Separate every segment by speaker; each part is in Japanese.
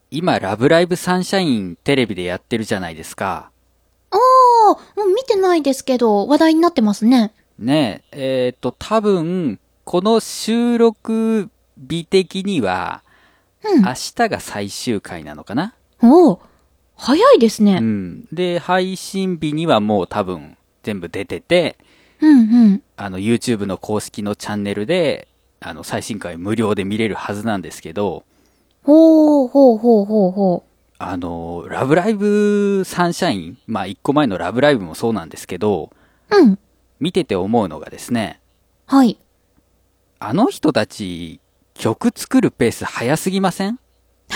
Speaker 1: 今、ラブライブサンシャインテレビでやってるじゃないですか。
Speaker 2: ああ、もう見てないですけど、話題になってますね。
Speaker 1: ね多分、この収録日的には、
Speaker 2: うん。
Speaker 1: 明日が最終回なのかな。
Speaker 2: おお、早いですね。
Speaker 1: で、配信日にはもう多分全部出てて、
Speaker 2: うんうん。
Speaker 1: YouTube の公式のチャンネルで、最新回無料で見れるはずなんですけど、
Speaker 2: ほうほうほうほうほ
Speaker 1: ラブライブサンシャイン、まあ一個前のラブライブもそうなんですけど、
Speaker 2: う。うん。
Speaker 1: 見てて思うのがですね、
Speaker 2: はい。
Speaker 1: あの人たち、曲作るペース早すぎません？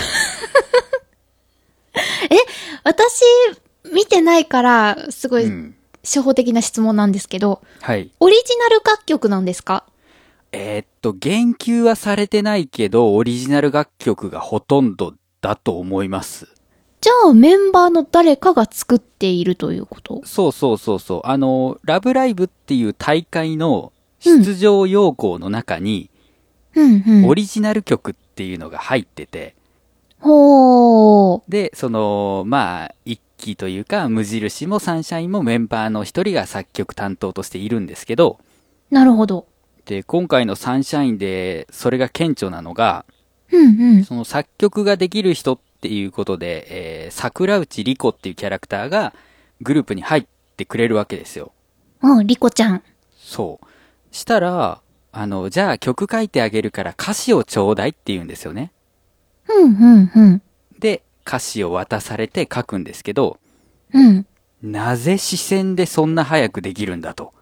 Speaker 2: 私、見てないから、すごい、
Speaker 1: うん。
Speaker 2: 初歩的な質問なんですけど、
Speaker 1: はい。
Speaker 2: オリジナル楽曲なんですか？
Speaker 1: 言及はされてないけど、オリジナル楽曲がほとんどだと思います。
Speaker 2: じゃあ、メンバーの誰かが作っているということ？
Speaker 1: そうそうそうそう。ラブライブっていう大会の
Speaker 2: うん
Speaker 1: 出場要項の中に、
Speaker 2: うんうん。
Speaker 1: オリジナル曲っていうのが入ってて、
Speaker 2: ほー。
Speaker 1: で、まあ、一期というか、無印もサンシャインもメンバーの一人が作曲担当としているんですけど、
Speaker 2: なるほど。
Speaker 1: で、今回のサンシャインで、それが顕著なのが、
Speaker 2: うんうん。
Speaker 1: その作曲ができる人っていうことで、桜内莉子っていうキャラクターがグループに入ってくれるわけですよ。
Speaker 2: うん、リコちゃん。
Speaker 1: そう。したら、じゃあ曲書いてあげるから歌詞をちょうだいって言うんですよね。
Speaker 2: うんうんうん。
Speaker 1: で、歌詞を渡されて書くんですけど、
Speaker 2: うん。
Speaker 1: なぜ視線でそんな早くできるんだと。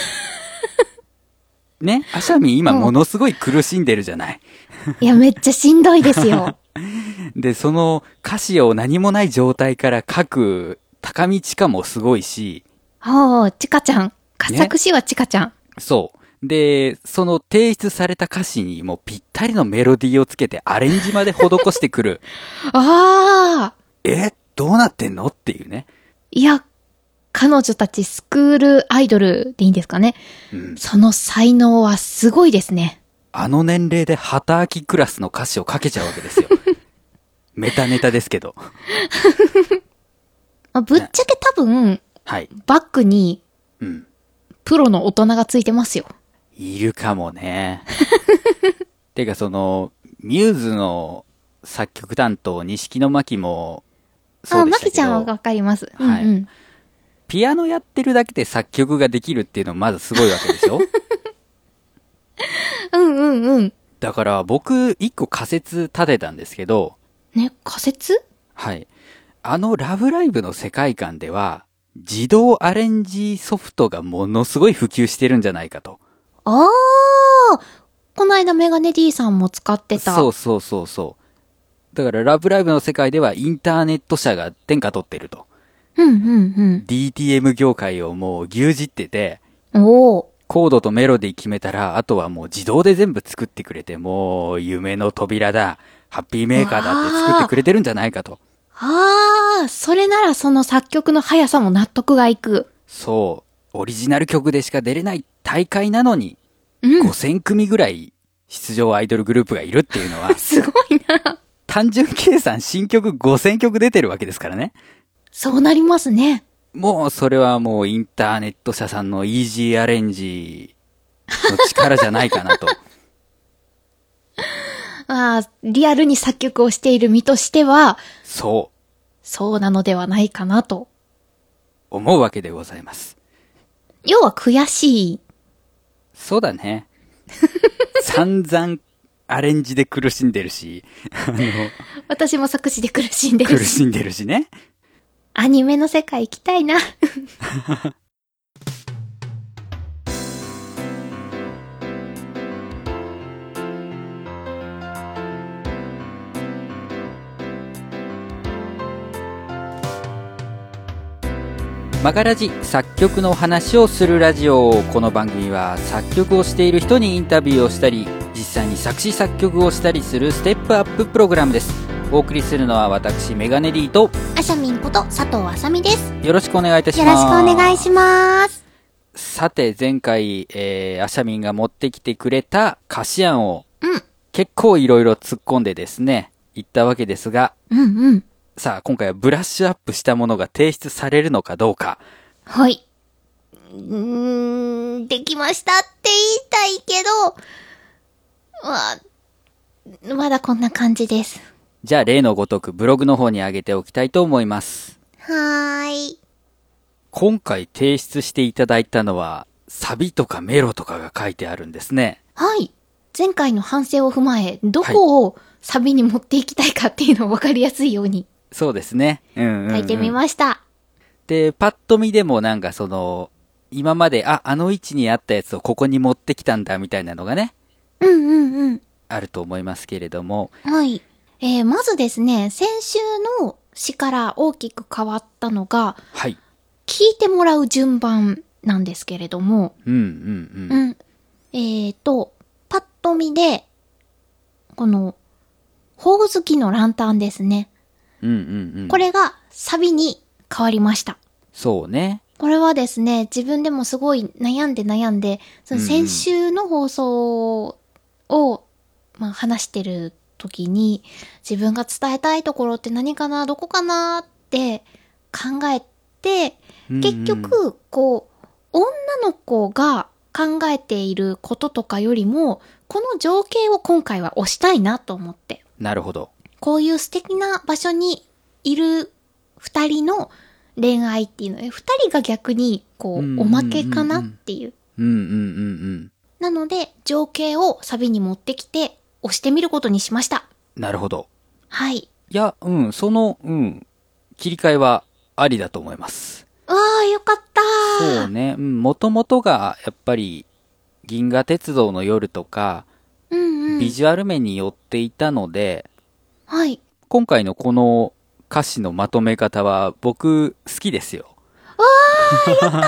Speaker 1: ね、アシャミン今ものすごい苦しんでるじゃない。
Speaker 2: いや、めっちゃしんどいですよ。
Speaker 1: で、その歌詞を何もない状態から書く高見知佳もすごいし、
Speaker 2: はあ、ちかちゃん。作詞はちかちゃん。
Speaker 1: そう。で、その提出された歌詞にもうぴったりのメロディーをつけてアレンジまで施してくる。
Speaker 2: ああ。
Speaker 1: どうなってんのっていうね。
Speaker 2: いや、彼女たちスクールアイドルでいいんですかね。
Speaker 1: うん。
Speaker 2: その才能はすごいですね。
Speaker 1: あの年齢で旗揚きクラスの歌詞を書けちゃうわけですよ。メタネタですけど。
Speaker 2: ぶっちゃけ多分、
Speaker 1: はい。
Speaker 2: バックに
Speaker 1: うん。
Speaker 2: プロの大人がついてますよ。
Speaker 1: いるかもね。てかミューズの作曲担当、錦野真紀もそうで
Speaker 2: マ
Speaker 1: したけど。
Speaker 2: キちゃんはわかります。
Speaker 1: はい。
Speaker 2: うんうん。
Speaker 1: ピアノやってるだけで作曲ができるっていうのはまずすごいわけでしょ？
Speaker 2: うんうんうん。
Speaker 1: だから僕一個仮説立てたんですけど、
Speaker 2: ね、仮説？
Speaker 1: はい。ラブライブの世界観では、自動アレンジソフトがものすごい普及してるんじゃないかと。
Speaker 2: ああ、この間メガネ D さんも使ってた。
Speaker 1: そうそうそうそう。だからラブライブの世界ではインターネット社が天下取ってると。
Speaker 2: うんうん
Speaker 1: DTM 業界をもう牛耳ってて、
Speaker 2: うん。おー。
Speaker 1: コードとメロディー決めたら、あとはもう自動で全部作ってくれて、もう夢の扉だ、ハッピーメーカーだって作ってくれてるんじゃないかと。
Speaker 2: ああ、それならその作曲の速さも納得がいく。
Speaker 1: そう、オリジナル曲でしか出れない大会なのに、
Speaker 2: うん。
Speaker 1: 5000組ぐらい出場アイドルグループがいるっていうのは、
Speaker 2: すごいな。
Speaker 1: 単純計算新曲5000曲出てるわけですからね。
Speaker 2: そうなりますね。
Speaker 1: もうそれはもうインターネット社さんのイージーアレンジの力じゃないかなと。
Speaker 2: ああ、リアルに作曲をしている身としては、
Speaker 1: そう、
Speaker 2: そうなのではないかなと。
Speaker 1: 思うわけでございます。
Speaker 2: 要は悔しい。
Speaker 1: そうだね。散々アレンジで苦しんでるし、
Speaker 2: 私も作詞で苦しんでるし。
Speaker 1: 苦しんでるしね。
Speaker 2: アニメの世界行きたいな。
Speaker 1: マガラジ作曲の話をするラジオ。この番組は作曲をしている人にインタビューをしたり、実際に作詞作曲をしたりするステップアッププログラムです。お送りするのは私メガネ D と
Speaker 2: あしゃみんこと佐藤あさみです。
Speaker 1: よろしくお願いいたし
Speaker 2: よ
Speaker 1: ます。
Speaker 2: ろしくお願いします。
Speaker 1: さて前回、アシャミンが持ってきてくれた歌詞案を
Speaker 2: うん。
Speaker 1: 結構いろいろ突っ込んでですね、 いったわけですが、
Speaker 2: うんうん。
Speaker 1: さあ今回はブラッシュアップしたものが提出されるのかどうか。
Speaker 2: はい。できましたって言いたいけど、まだこんな感じです。
Speaker 1: じゃあ例のごとくブログの方に上げておきたいと思います。
Speaker 2: はーい。
Speaker 1: 今回提出していただいたのは、サビとかメロとかが書いてあるんですね。
Speaker 2: はい。前回の反省を踏まえ、どこをサビに持っていきたいかっていうのを分かりやすいように
Speaker 1: そうですね。
Speaker 2: 書いてみました。
Speaker 1: で、パッと見でもなんか今まで、あの位置にあったやつをここに持ってきたんだみたいなのがね、
Speaker 2: うんうんうん。
Speaker 1: あると思いますけれども。
Speaker 2: はい。まずですね、先週の詩から大きく変わったのが、
Speaker 1: はい。
Speaker 2: 聞いてもらう順番なんですけれども、パッと見で、この、ほおずきのランタンですね。これがサビに変わりました。
Speaker 1: そうね。
Speaker 2: これはですね、自分でもすごい悩んで、その先週の放送を、話してる時に、自分が伝えたいところって何かな、どこかなって考えて、結局、女の子が考えていることとかよりも、この情景を今回は推したいなと思って。
Speaker 1: なるほど。
Speaker 2: こういう素敵な場所にいる二人の恋愛っていうので、二人が逆に、おまけかなっていう。なので、情景をサビに持ってきて、押してみることにしました。
Speaker 1: なるほど。
Speaker 2: はい。
Speaker 1: いや、切り替えはありだと思います。
Speaker 2: わー、よかった
Speaker 1: ー。そうね。もともとが、やっぱり、銀河鉄道の夜とか、ビジュアル面に寄っていたので、
Speaker 2: はい。
Speaker 1: 今回のこの歌詞のまとめ方は僕好きですよ。
Speaker 2: わー、やった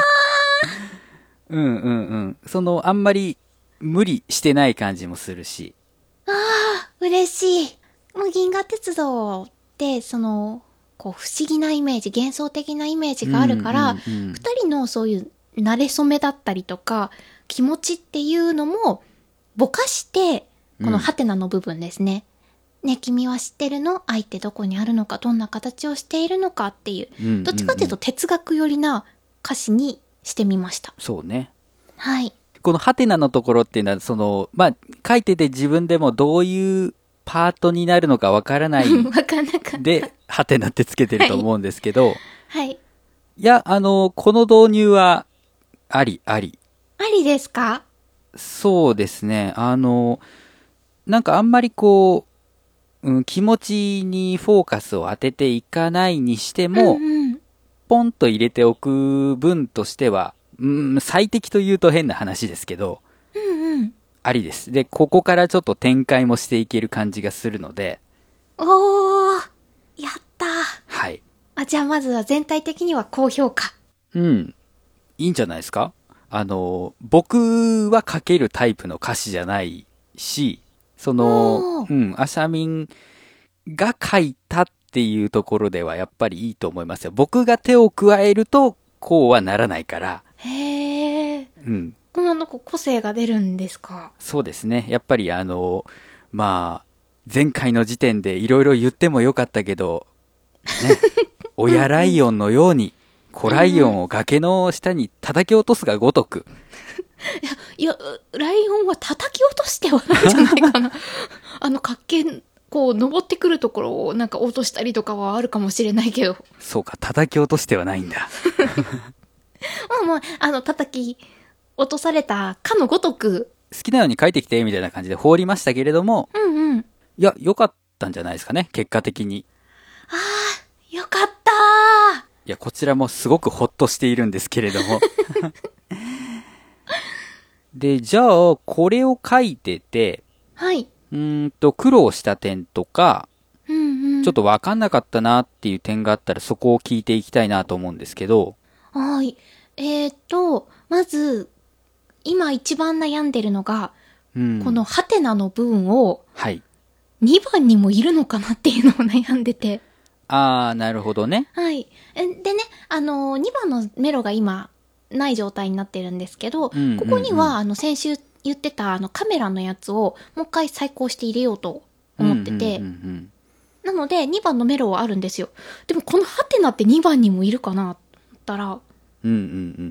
Speaker 1: ー。あんまり無理してない感じもするし。
Speaker 2: あー、嬉しい。もう銀河鉄道って、不思議なイメージ、幻想的なイメージがあるから、二人のそういう馴れ初めだったりとか、気持ちっていうのも、ぼかして、このハテナの部分ですね。ね、君は知ってるの？愛ってどこにあるのか、どんな形をしているのかっていう、どっちかっていうと哲学寄りな歌詞にしてみました。
Speaker 1: そうね。
Speaker 2: はい。
Speaker 1: このハテナのところっていうのは、書いてて自分でもどういうパートになるのかわからない。
Speaker 2: わかんなかった。
Speaker 1: で、ハテナってつけてると思うんですけど。
Speaker 2: はい。
Speaker 1: いや、この導入は、あり。あり
Speaker 2: ですか？
Speaker 1: そうですね。なんかあんまり気持ちにフォーカスを当てていかないにしても、ポンと入れておく分としては、最適というと変な話ですけど、ありです。で、ここからちょっと展開もしていける感じがするので。
Speaker 2: おー、やったー。
Speaker 1: はい。
Speaker 2: じゃあまずは全体的には高評価。
Speaker 1: いいんじゃないですか？僕は書けるタイプの歌詞じゃないし、アシャミンが書いたっていうところではやっぱりいいと思いますよ。僕が手を加えると、こうはならないから。
Speaker 2: へー。この個性が出るんですか？
Speaker 1: そうですね。やっぱり前回の時点でいろいろ言ってもよかったけど、ね、親ライオンのように、子ライオンを崖の下に叩き落とすがごとく。
Speaker 2: いや、ライオンは叩き落としてはないんじゃないかな。崖、登ってくるところをなんか落としたりとかはあるかもしれないけど。
Speaker 1: そうか、叩き落としてはないんだ。
Speaker 2: もう、叩き落とされたかのごとく。
Speaker 1: 好きなように書いてきて、みたいな感じで放りましたけれども。いや、良かったんじゃないですかね、結果的に。
Speaker 2: よかったー。
Speaker 1: いや、こちらもすごくほっとしているんですけれども。で、じゃあ、これを書いてて、
Speaker 2: はい。
Speaker 1: 苦労した点とか、
Speaker 2: ちょ
Speaker 1: ちょっとわかんなかったなっていう点があったらそこを聞いていきたいなと思うんですけど。
Speaker 2: はい。まず、今一番悩んでるのが、このハテナの部分を、
Speaker 1: はい。
Speaker 2: 2番にもいるのかなっていうのを悩んでて。
Speaker 1: なるほどね。
Speaker 2: はい。でね、2番のメロが今、ない状態になってるんですけど、ここには、先週言ってたカメラのやつを、もう一回再考して入れようと思ってて、 なので、2番のメロはあるんですよ。でも、このハテナって2番にもいるかなと思ったら、
Speaker 1: うんうんうん。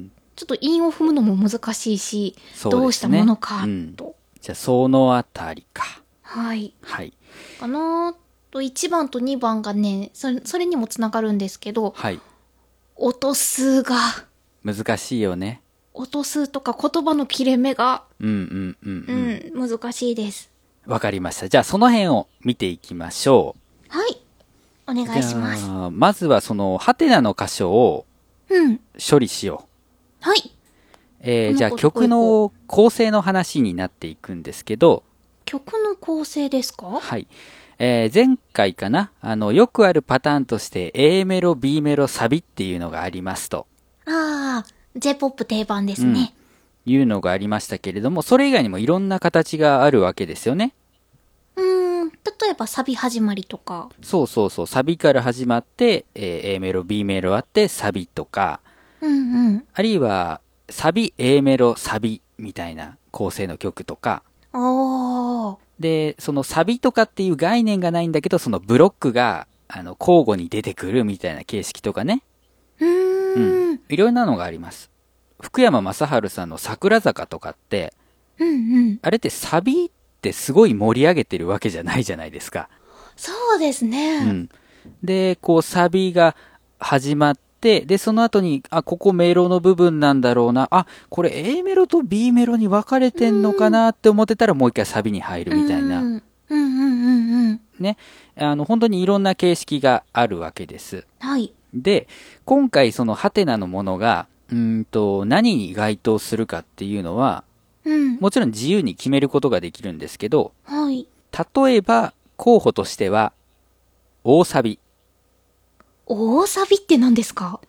Speaker 2: ちょっと韻を踏むのも難しいし、
Speaker 1: そうですね。
Speaker 2: どうしたものか、と。
Speaker 1: じゃあ、そのあたりか。
Speaker 2: はい。
Speaker 1: はい。
Speaker 2: かなと、1番と2番がね、それにもつながるんですけど、
Speaker 1: はい。
Speaker 2: 音数が、
Speaker 1: 難しいよね。
Speaker 2: 音数とか言葉の切れ目が、
Speaker 1: うんうんうんうん。
Speaker 2: 難しいです。
Speaker 1: わかりました。じゃあ、その辺を見ていきましょう。
Speaker 2: はい。お願いします。
Speaker 1: まずはその、ハテナの箇所を処理しよ
Speaker 2: う。はい。
Speaker 1: じゃあ曲の構成の話になっていくんですけど。
Speaker 2: 曲の構成ですか？
Speaker 1: はい。前回かなよくあるパターンとして A メロ、B メロ、サビっていうのがありますと。
Speaker 2: ああ、J-POP 定番ですね。
Speaker 1: いうのがありましたけれども、それ以外にもいろんな形があるわけですよね。
Speaker 2: 例えばサビ始まりとか。
Speaker 1: そうそうそう、サビから始まって、A メロ、B メロあってサビとか、あるいはサビ、A メロ、サビみたいな構成の曲とか。で、そのサビとかっていう概念がないんだけど、そのブロックが、交互に出てくるみたいな形式とかね。いろんなのがあります。福山雅治さんの桜坂とかって、あれってサビってすごい盛り上げてるわけじゃないじゃないですか。
Speaker 2: そうですね。
Speaker 1: で、こうサビが始まって、で、その後に、ここメロの部分なんだろうな。これ A メロと B メロに分かれてんのかなって思ってたらもう一回サビに入るみたいな。ね。本当にいろんな形式があるわけです。
Speaker 2: はい。
Speaker 1: で、今回そのハテナのものが、何に該当するかっていうのは、もちろん自由に決めることができるんですけど、
Speaker 2: はい。
Speaker 1: 例えば、候補としては、大サビ。
Speaker 2: 大サビって何ですか？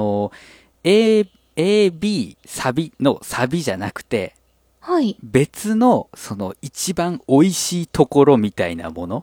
Speaker 1: A、B、サビのサビじゃなくて、
Speaker 2: はい。
Speaker 1: 別の、その一番美味しいところみたいなもの。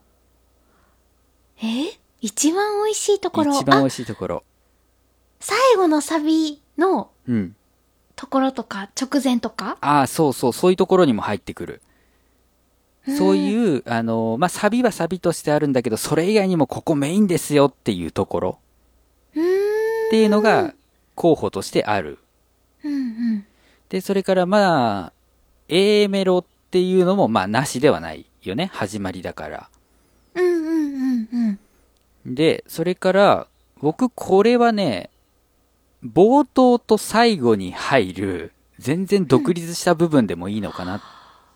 Speaker 2: 一番美味しいところ。
Speaker 1: 一番美味しいところ。
Speaker 2: 最後のサビの、ところとか、直前とか？
Speaker 1: そうそう、そういうところにも入ってくる。そういう、サビはサビとしてあるんだけど、それ以外にもここメインですよっていうところ。っていうのが候補としてある。で、それからA メロっていうのもなしではないよね。始まりだから。で、それから僕これはね、冒頭と最後に入る全然独立した部分でもいいのかな。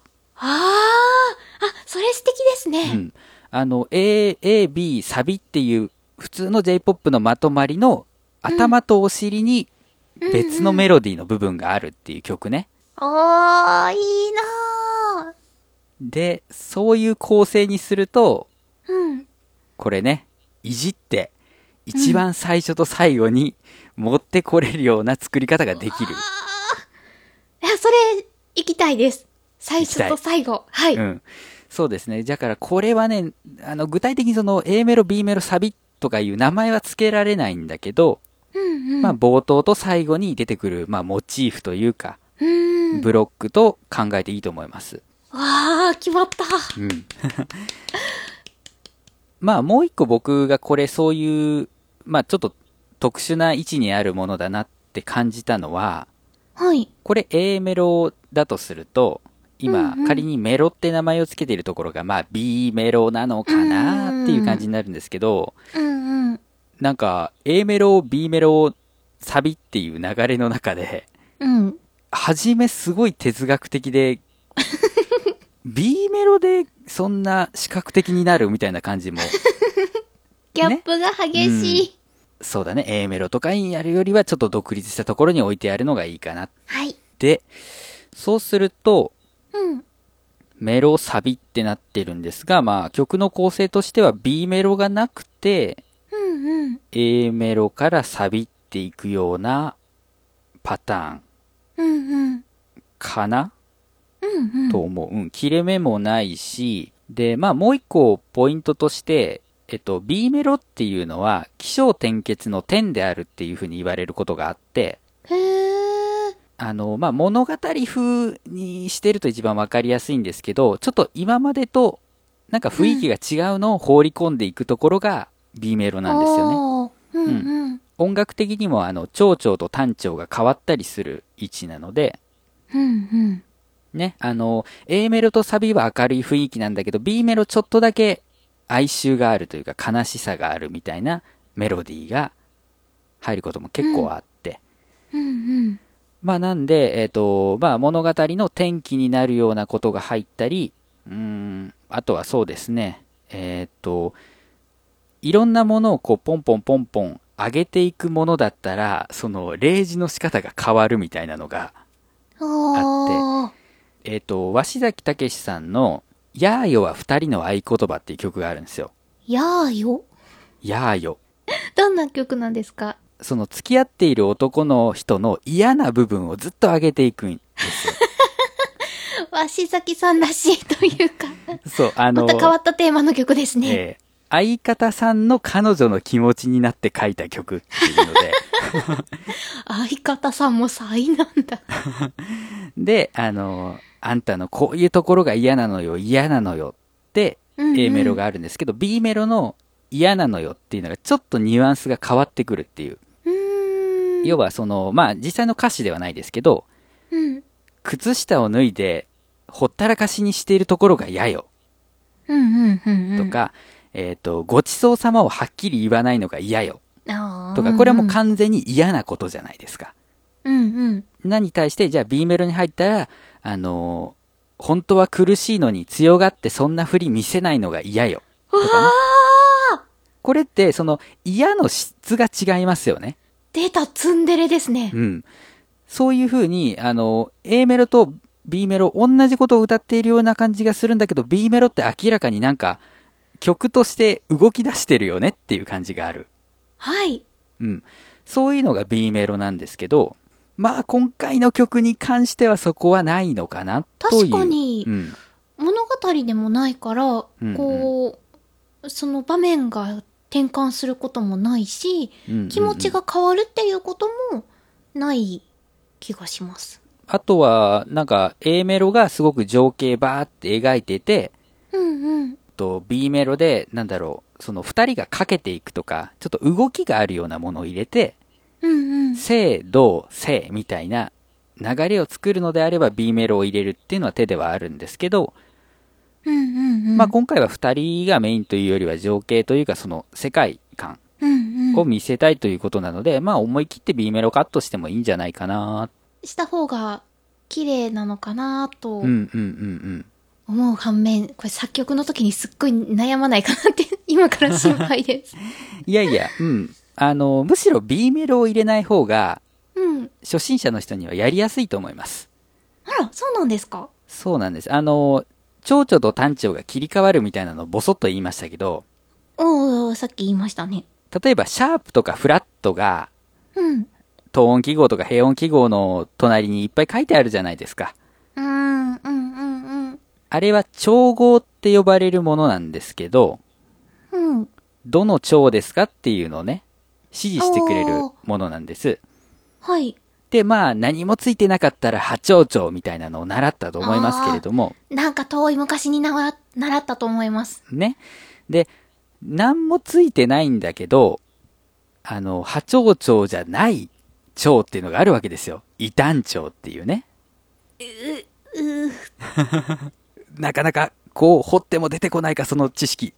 Speaker 2: それ素敵ですね。
Speaker 1: A、B、サビっていう普通の J-POP のまとまりの頭とお尻に別のメロディーの部分があるっていう曲ね。
Speaker 2: いいなぁ。
Speaker 1: で、そういう構成にすると、これね、いじって一番最初と最後に持ってこれるような作り方ができる。
Speaker 2: それ、行きたいです。最初と最後。はい。
Speaker 1: そうですね。だからこれはね、具体的にその A メロ、B メロ、サビとかいう名前は付けられないんだけど、冒頭と最後に出てくる、モチーフというか、ブロックと考えていいと思います。
Speaker 2: 決まった。
Speaker 1: もう一個僕がこれそういう、ちょっと特殊な位置にあるものだなって感じたのは、これ A メロだとすると、今、仮にメロって名前を付けているところが、B メロなのかなっていう感じになるんですけど、なんか、A メロ、B メロ、サビっていう流れの中で、はじめすごい哲学的で、B メロでそんな視覚的になるみたいな感じも。
Speaker 2: ギャップが激しい。
Speaker 1: そうだね。A メロとかにやるよりはちょっと独立したところに置いてあるのがいいかな。
Speaker 2: はい。
Speaker 1: で、そうすると、メロサビってなってるんですが、曲の構成としては B メロがなくて、A メロからサビっていくようなパターンかな、と思う。切れ目もないし、で、もう一個ポイントとして、B メロっていうのは起承転結の点であるっていうふうに言われることがあって、物語風にしてると一番わかりやすいんですけど、ちょっと今までとなんか雰囲気が違うのを放り込んでいくところが B メロなんですよね。
Speaker 2: おーうんうん。
Speaker 1: 音楽的にも長調と短調が変わったりする位置なので、
Speaker 2: うんうん。
Speaker 1: ね、A メロとサビは明るい雰囲気なんだけど、B メロちょっとだけ哀愁があるというか悲しさがあるみたいなメロディーが入ることも結構あって。
Speaker 2: うんうん。
Speaker 1: まあなんで、まあ物語の転機になるようなことが入ったり、あとはそうですね、いろんなものをこうポンポンポンポン上げていくものだったら、その例示の仕方が変わるみたいなのが
Speaker 2: おー。
Speaker 1: 鷲崎武さんのやーよは二人の合言葉っていう曲があるんですよ。
Speaker 2: やーよ。
Speaker 1: やーよ。
Speaker 2: どんな曲なんですか？
Speaker 1: その付き合っている男の人の嫌な部分をずっと上げていくんですよ。
Speaker 2: 鷲崎さんらしいというか。
Speaker 1: そう、
Speaker 2: また変わったテーマの曲ですね。
Speaker 1: 相方さんの彼女の気持ちになって書いた曲っていうので。
Speaker 2: 相方さんも才なんだ。
Speaker 1: で、あんたのこういうところが嫌なのよ、嫌なのよって A メロがあるんですけど、B メロの嫌なのよっていうのがちょっとニュアンスが変わってくるっていう。要はその、まあ実際の歌詞ではないですけど、靴下を脱いでほったらかしにしているところが嫌よ。とか、ごちそうさまをはっきり言わないのが嫌よ。とか、これはもう完全に嫌なことじゃないですか。何に対して、じゃあ B メロに入ったら、本当は苦しいのに強がってそんな振り見せないのが嫌よ。とかね。これって、その嫌の質が違いますよね。
Speaker 2: 出たツンデレですね。
Speaker 1: そういう風に、A メロと B メロ同じことを歌っているような感じがするんだけど、B メロって明らかになんか、曲として動き出してるよねっていう感じがある。
Speaker 2: はい。
Speaker 1: そういうのが B メロなんですけど、まあ今回の曲に関してはそこはないのかなという。
Speaker 2: 確かに、物語でもないから、こう、その場面が転換することもないし、気持ちが変わるっていうこともない気がします。
Speaker 1: あとは、なんか A メロがすごく情景バーって描いてて、B メロで、なんだろう、その二人がかけていくとか、ちょっと動きがあるようなものを入れて、せー、どう、せーみたいな流れを作るのであれば B メロを入れるっていうのは手ではあるんですけど、まあ今回は二人がメインというよりは情景というかその世界観を見せたいということなので、まあ思い切って B メロカットしてもいいんじゃないかな。
Speaker 2: した方が綺麗なのかなと思う反面、これ作曲の時にすっごい悩まないかなって今から心配です。
Speaker 1: いやいや、むしろ B メロを入れない方が、初心者の人にはやりやすいと思います。
Speaker 2: あら、そうなんですか？
Speaker 1: そうなんです。長調と短調が切り替わるみたいなのをボソッと言いましたけど、
Speaker 2: さっき言いましたね。
Speaker 1: 例えばシャープとかフラットが、等音記号とか平音記号の隣にいっぱい書いてあるじゃないですか。あれは調合って呼ばれるものなんですけど、どの調ですかっていうのをね、指示してくれるものなんです。
Speaker 2: はい。
Speaker 1: で、まあ、何もついてなかったら波長調みたいなのを習ったと思いますけれども。
Speaker 2: なんか遠い昔に習ったと思います。
Speaker 1: ね。で、何もついてないんだけど、波長調じゃない調っていうのがあるわけですよ。異端調っていうね。なかなか、こう、掘っても出てこないか、その知識。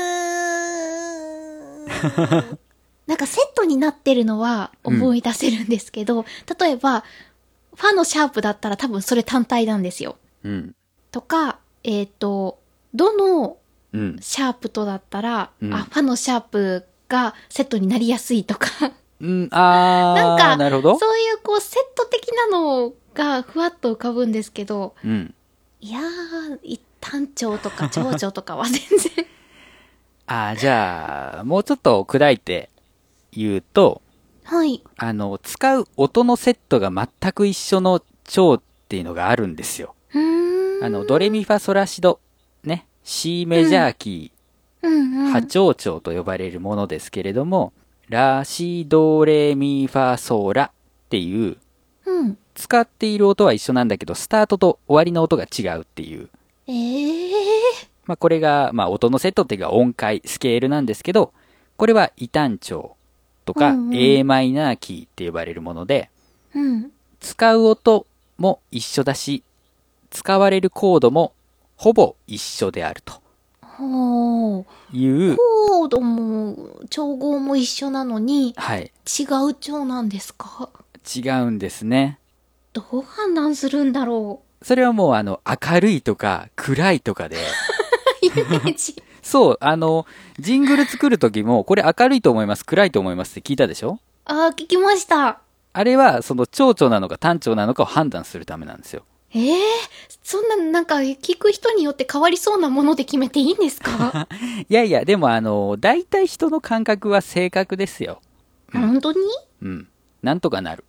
Speaker 2: なんかセットになってるのは思い出せるんですけど、例えば、ファのシャープだったら多分それ単体なんですよ。とか、どのシャープとだったら、ファのシャープがセットになりやすいとか。なんか、
Speaker 1: なるほど。
Speaker 2: そういうこうセット的なのがふわっと浮かぶんですけど、いやー、一単調とか長調とかは全然。
Speaker 1: じゃあ、もうちょっと砕いて言うと、
Speaker 2: はい。
Speaker 1: 使う音のセットが全く一緒の調っていうのがあるんですよ。ドレミファソラシド、ね、C メジャーキー、波長調と呼ばれるものですけれども、ラシドレミファソラっていう、使っている音は一緒なんだけど、スタートと終わりの音が違うっていう。 まあこれが、まあ音のセットっていうか音階、スケールなんですけど、これは異単調とか、
Speaker 2: うんうん、
Speaker 1: a マイナーキーって呼ばれるもので、
Speaker 2: うん。
Speaker 1: 使う音も一緒だし、使われるコードもほぼ一緒であると
Speaker 2: ほう。
Speaker 1: いう、
Speaker 2: コードも、調合も一緒なのに、
Speaker 1: はい、
Speaker 2: 違う調なんですか？
Speaker 1: 違うんですね。
Speaker 2: どう判断するんだろ
Speaker 1: それはもう明るいとか暗いとかで、
Speaker 2: う。イメージ。
Speaker 1: そう、ジングル作る時も、これ明るいと思います、暗いと思いますって聞いたでしょ？
Speaker 2: ああ、聞きました。
Speaker 1: あれは、その長調なのか単調なのかを判断するためなんですよ。
Speaker 2: そんな、なんか、聞く人によって変わりそうなもので決めていいんですか？
Speaker 1: いやいや、でも大体人の感覚は正確ですよ。
Speaker 2: 本当に？
Speaker 1: うん。なんとかなる。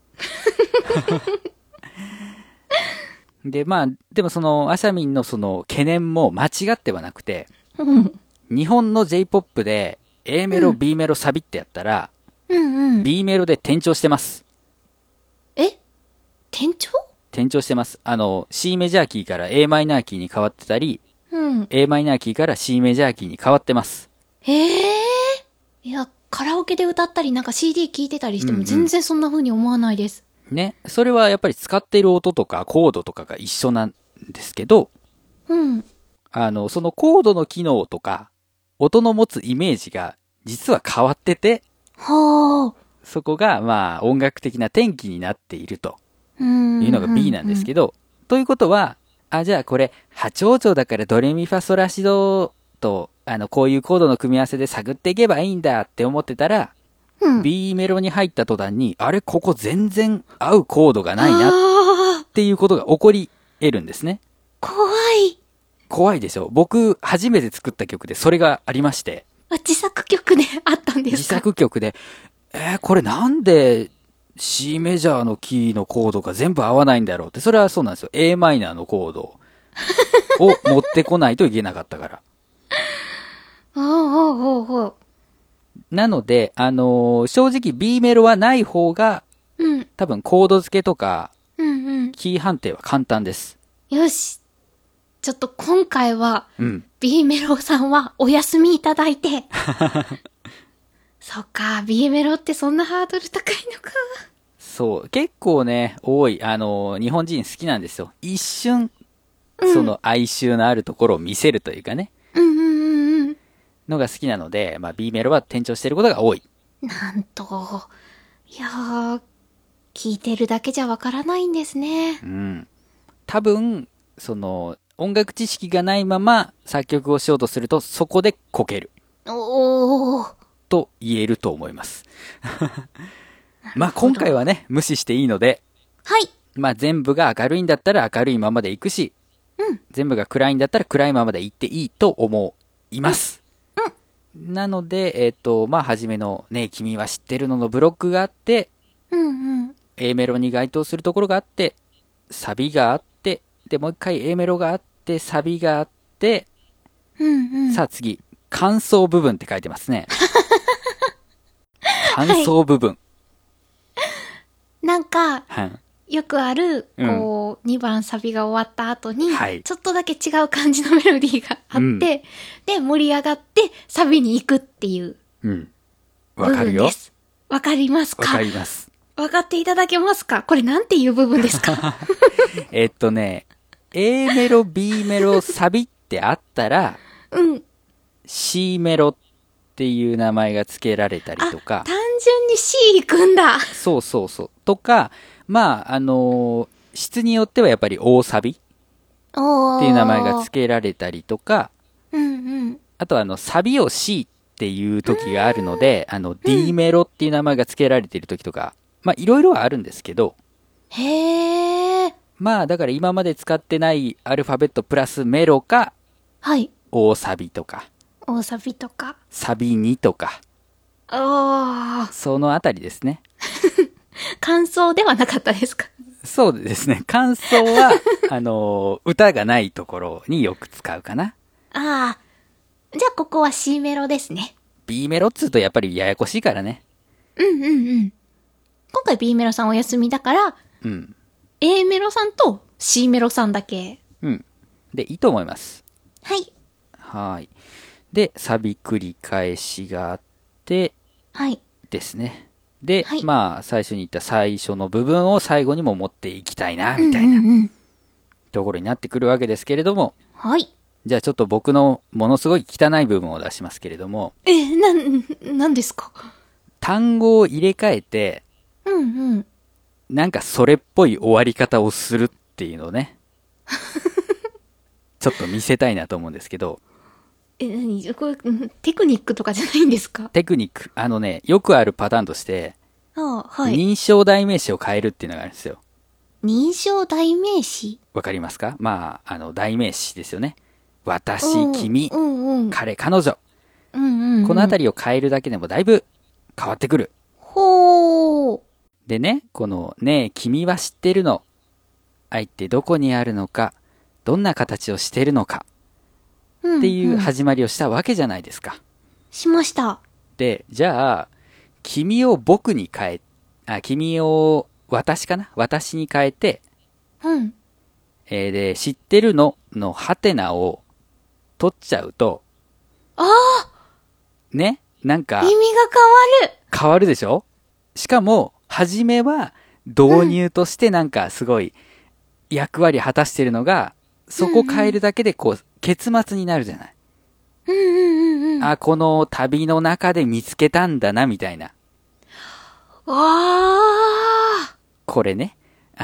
Speaker 1: で、まあ、でもその、アシャミンのその懸念も間違ってはなくて、
Speaker 2: うん。
Speaker 1: 日本の J-POP で A メロ、
Speaker 2: うん
Speaker 1: B メロサビってやったら、
Speaker 2: うんうん。
Speaker 1: B メロで転調してます。
Speaker 2: 店長？
Speaker 1: 転調してます。C メジャーキーから A マイナーキーに変わってたり、
Speaker 2: うん。
Speaker 1: A マイナーキーから C メジャーキーに変わってます。
Speaker 2: いや、カラオケで歌ったりなんか CD 聴いてたりして
Speaker 1: うんうん
Speaker 2: も全然そんな風に思わないです。
Speaker 1: ね。それはやっぱり使っている音とかコードとかが一緒なんですけど、
Speaker 2: うん。
Speaker 1: そのコードの機能とか、音の持つイメージが実は変わってて、
Speaker 2: はあ。
Speaker 1: そこがまあ音楽的な転機になっていると
Speaker 2: うん。
Speaker 1: いうのが B なんですけど、ということは、じゃあこれ、波長調だからドレミファソラシドと、こういうコードの組み合わせで探っていけばいいんだって思ってたら、
Speaker 2: うん、
Speaker 1: B メロに入った途端に、あれ、ここ全然合うコードがないなっ
Speaker 2: あ
Speaker 1: ていうことが起こり得るんですね。
Speaker 2: ー、怖い。
Speaker 1: 怖いでしょ？僕、初めて作った曲でそれがありまして。
Speaker 2: 自作曲であったんですか？
Speaker 1: 自作曲で、これなんで C メジャーのキーのコードが全部合わないんだろうって、それはそうなんですよ。A マイナーのコードを持ってこないといけなかったから。なので、正直 B メロはない方が、
Speaker 2: うん。
Speaker 1: 多分コード付けとか、
Speaker 2: うんうん。
Speaker 1: キー判定は簡単です。
Speaker 2: よし。ちょっと今回は、
Speaker 1: うん。
Speaker 2: B メロさんはお休みいただいて。そっか、B メロってそんなハードル高いのか。
Speaker 1: そう。結構ね、多い。日本人好きなんですよ。一瞬、
Speaker 2: うん
Speaker 1: その哀愁のあるところを見せるというかね。
Speaker 2: うんうんうんうん。
Speaker 1: のが好きなので、まあ B メロは転調していることが多い。
Speaker 2: なんと。いやー、聞いてるだけじゃわからないんですね。
Speaker 1: うん。多分、その、音楽知識がないまま作曲をしようとすると、そこでこける。
Speaker 2: おー。
Speaker 1: と言えると思います。まあ今回はね、無視していいので、
Speaker 2: はい。
Speaker 1: まあ全部が明るいんだったら明るいままでいくし、
Speaker 2: うん。
Speaker 1: 全部が暗いんだったら暗いままでいっていいと思います。なので、まあ初めのね、君は知ってるののブロックがあって、
Speaker 2: うんうん。
Speaker 1: A メロに該当するところがあって、サビがあって、で、もう一回 A メロがあって、サビがあって、
Speaker 2: うんうん。
Speaker 1: さあ次、間奏部分って書いてますね。間奏部分。
Speaker 2: なんか、
Speaker 1: はい。
Speaker 2: よくある、
Speaker 1: うん
Speaker 2: こう、2番サビが終わった後に、
Speaker 1: はい
Speaker 2: ちょっとだけ違う感じのメロディーがあって、
Speaker 1: うん
Speaker 2: で、盛り上がって、サビに行くっていう
Speaker 1: うん。わ
Speaker 2: 部
Speaker 1: かるよ
Speaker 2: 分で。す。わかります
Speaker 1: わ
Speaker 2: か？
Speaker 1: かります。
Speaker 2: わかっていただけますか？これなんていう部分ですか？
Speaker 1: A メロ、B メロ、サビってあったら、
Speaker 2: うん。
Speaker 1: C メロっていう名前が付けられたり
Speaker 2: あ、
Speaker 1: とか
Speaker 2: 単、純に C 行くんだ。
Speaker 1: そうそうそう。とか、まあ、質によってはやっぱり大サビっ
Speaker 2: おー。
Speaker 1: ていう名前が付けられたりとか、
Speaker 2: うんうん。
Speaker 1: あとサビを C っていう時があるので、D メロっていう名前が付けられている時とか、まあ、いろいろはあるんですけど、
Speaker 2: へー。
Speaker 1: まあ、だから今まで使ってないアルファベットプラスメロか、
Speaker 2: はい。
Speaker 1: 大サビとか、
Speaker 2: 大サビとか。
Speaker 1: サビ2とか、
Speaker 2: おー。
Speaker 1: そのあたりですね。
Speaker 2: 感想ではなかったですか？
Speaker 1: そうですね。感想は、歌がないところによく使うかな。
Speaker 2: あー。じゃあここは C メロですね。
Speaker 1: B メロっつうとやっぱりややこしいからね。
Speaker 2: うんうんうん。今回 B メロさんお休みだから、
Speaker 1: うん。
Speaker 2: A メロさんと C メロさんだけ。
Speaker 1: うん。で、いいと思います。
Speaker 2: はい。
Speaker 1: はい。で、サビ繰り返しがあって
Speaker 2: はい。
Speaker 1: ですね。で、
Speaker 2: はい
Speaker 1: まあ、最初に言った最初の部分を最後にも持っていきたいな、
Speaker 2: うん
Speaker 1: みたいな
Speaker 2: うんうん。
Speaker 1: ところになってくるわけですけれども、
Speaker 2: はい。
Speaker 1: じゃあちょっと僕のものすごい汚い部分を出しますけれども、
Speaker 2: なんですか？
Speaker 1: 単語を入れ替えて、
Speaker 2: うんうん。
Speaker 1: なんかそれっぽい終わり方をするっていうのをね、ちょっと見せたいなと思うんですけど、
Speaker 2: これ、テクニックとかじゃないんですか？
Speaker 1: テクニック、よくあるパターンとして、
Speaker 2: ああ、はい。
Speaker 1: 認証代名詞を変えるっていうのがあるんですよ。
Speaker 2: 認証代名詞？
Speaker 1: わかりますか？まあ、代名詞ですよね。
Speaker 2: う
Speaker 1: 私、
Speaker 2: ん
Speaker 1: 君、
Speaker 2: うんうん。
Speaker 1: 彼、彼女。
Speaker 2: うんうんうん。
Speaker 1: このあたりを変えるだけでもだいぶ変わってくる。
Speaker 2: ほー。
Speaker 1: でね、このねえ、君は知ってるの。愛ってどこにあるのか、どんな形をしてるのか
Speaker 2: うん
Speaker 1: っていう
Speaker 2: うん
Speaker 1: 始まりをしたわけじゃないですか。
Speaker 2: しました。
Speaker 1: で、じゃあ、君を僕に変え、君を私かな？私に変えて、
Speaker 2: うん。
Speaker 1: で、知ってるののハテナを取っちゃうと、
Speaker 2: あ
Speaker 1: ね、なんか
Speaker 2: あ、意味が変わる。
Speaker 1: 変わるでしょ？しかも、初めは導入としてなんかすごい役割果たしてるのが、そこ変えるだけでこう、結末になるじゃない。
Speaker 2: うんうんうんうん。
Speaker 1: あ、この旅の中で見つけたんだな、みたいな。
Speaker 2: あ
Speaker 1: これね、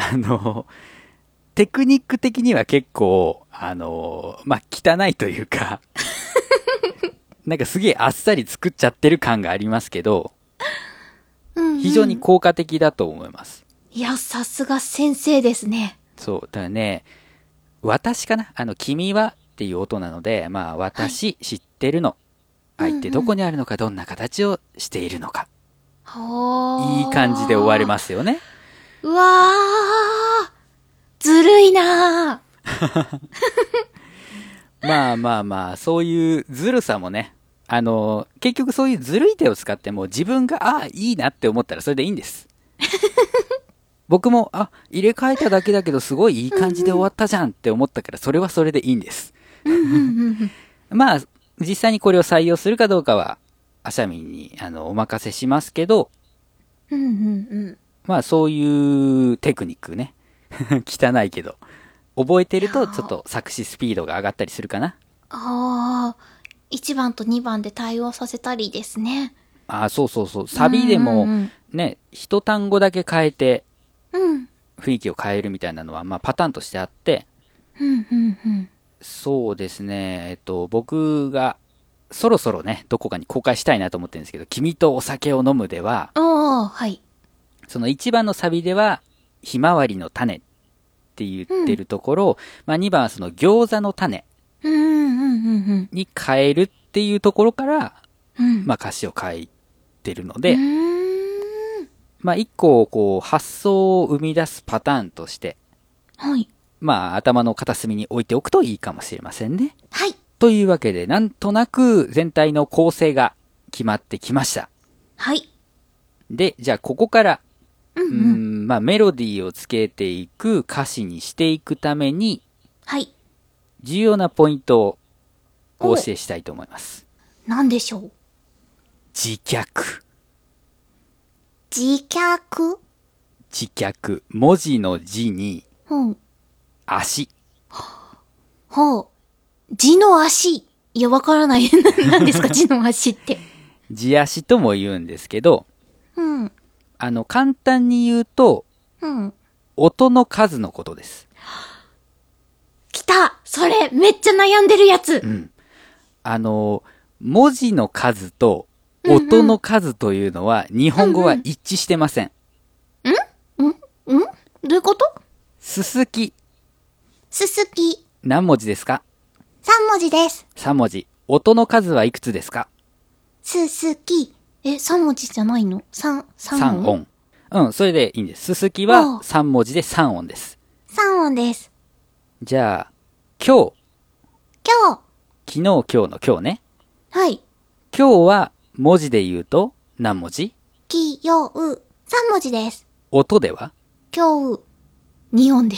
Speaker 1: テクニック的には結構、まあ、汚いというか、なんかすげえあっさり作っちゃってる感がありますけど、
Speaker 2: ー。うんうん、
Speaker 1: 非常に効果的だと思います。
Speaker 2: いや、さすが先生ですね。
Speaker 1: そう。だからね、私かな？君はっていう音なので、まあ、私、知ってるの。愛ってどこにあるのか、どんな形をしているのか。
Speaker 2: ほー。
Speaker 1: いい感じで終われますよね。
Speaker 2: うわー。ずるいなー。
Speaker 1: まあまあまあ、そういうずるさもね、結局そういうずるい手を使っても自分が、いいなって思ったらそれでいいんです。僕も、入れ替えただけだけどすごいいい感じで終わったじゃんって思ったから、それはそれでいいんです。まあ、実際にこれを採用するかどうかは、アシャミンに、お任せしますけど、
Speaker 2: うんうんうん。
Speaker 1: まあそういうテクニックね。汚いけど。覚えてるとちょっと作詞スピードが上がったりするかな。
Speaker 2: あー。1番と2番で対応させたりですね。
Speaker 1: そうそうそう。サビでも
Speaker 2: うんうん
Speaker 1: ね、一単語だけ変えて
Speaker 2: うん。
Speaker 1: 雰囲気を変えるみたいなのはまあパターンとしてあって、
Speaker 2: うんうんうん。
Speaker 1: そうですね、僕がそろそろね、どこかに公開したいなと思ってるんですけど、君とお酒を飲むでは、
Speaker 2: あー、はい。
Speaker 1: その1番のサビでは、ひまわりの種って言ってるところ、まあ2番はその餃子の種
Speaker 2: うんうんうんうん
Speaker 1: に変えるっていうところから、
Speaker 2: うん。
Speaker 1: まあ歌詞を書いてるの
Speaker 2: う
Speaker 1: で、
Speaker 2: ーん。
Speaker 1: まあ一個こう発想を生み出すパターンとして、
Speaker 2: はい。
Speaker 1: まあ頭の片隅に置いておくといいかもしれませんね。
Speaker 2: はい。
Speaker 1: というわけで、なんとなく全体の構成が決まってきました。
Speaker 2: はい。
Speaker 1: で、じゃあここから、
Speaker 2: うんうん。
Speaker 1: まあメロディーをつけていく歌詞にしていくために、
Speaker 2: はい。
Speaker 1: 重要なポイントをお教えしたいと思います。
Speaker 2: なんでしょう。
Speaker 1: 自脚。
Speaker 2: 自脚？
Speaker 1: 自脚。文字の字に、
Speaker 2: うん。
Speaker 1: 足。
Speaker 2: ほう。字の足。いや、わからない。何ですか、字の足って。
Speaker 1: 字足とも言うんですけど、
Speaker 2: うん。
Speaker 1: 簡単に言うと、
Speaker 2: うん。
Speaker 1: 音の数のことです。
Speaker 2: 来た！それ、めっちゃ悩んでるやつ。
Speaker 1: うん。文字の数と音の数というのは、日本語は一致してません。
Speaker 2: どういうこと？
Speaker 1: すすき。
Speaker 2: すすき。
Speaker 1: 何文字ですか？
Speaker 2: 3文字です。
Speaker 1: 3 文字。音の数はいくつですか？
Speaker 2: すすき。3文字じゃないの？ 3
Speaker 1: 3
Speaker 2: 音？
Speaker 1: 音。それでいいんです。すすきは3文字で3音です。
Speaker 2: 3音です。
Speaker 1: じゃあ、今日。
Speaker 2: 今日。
Speaker 1: 昨日今日の今日ね。
Speaker 2: はい。
Speaker 1: 今日は文字で言うと何文字？
Speaker 2: きよう。3文字です。
Speaker 1: 音では
Speaker 2: 今日。2音です。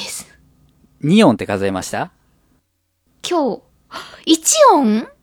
Speaker 1: 2音って数えました？
Speaker 2: 今日。1音？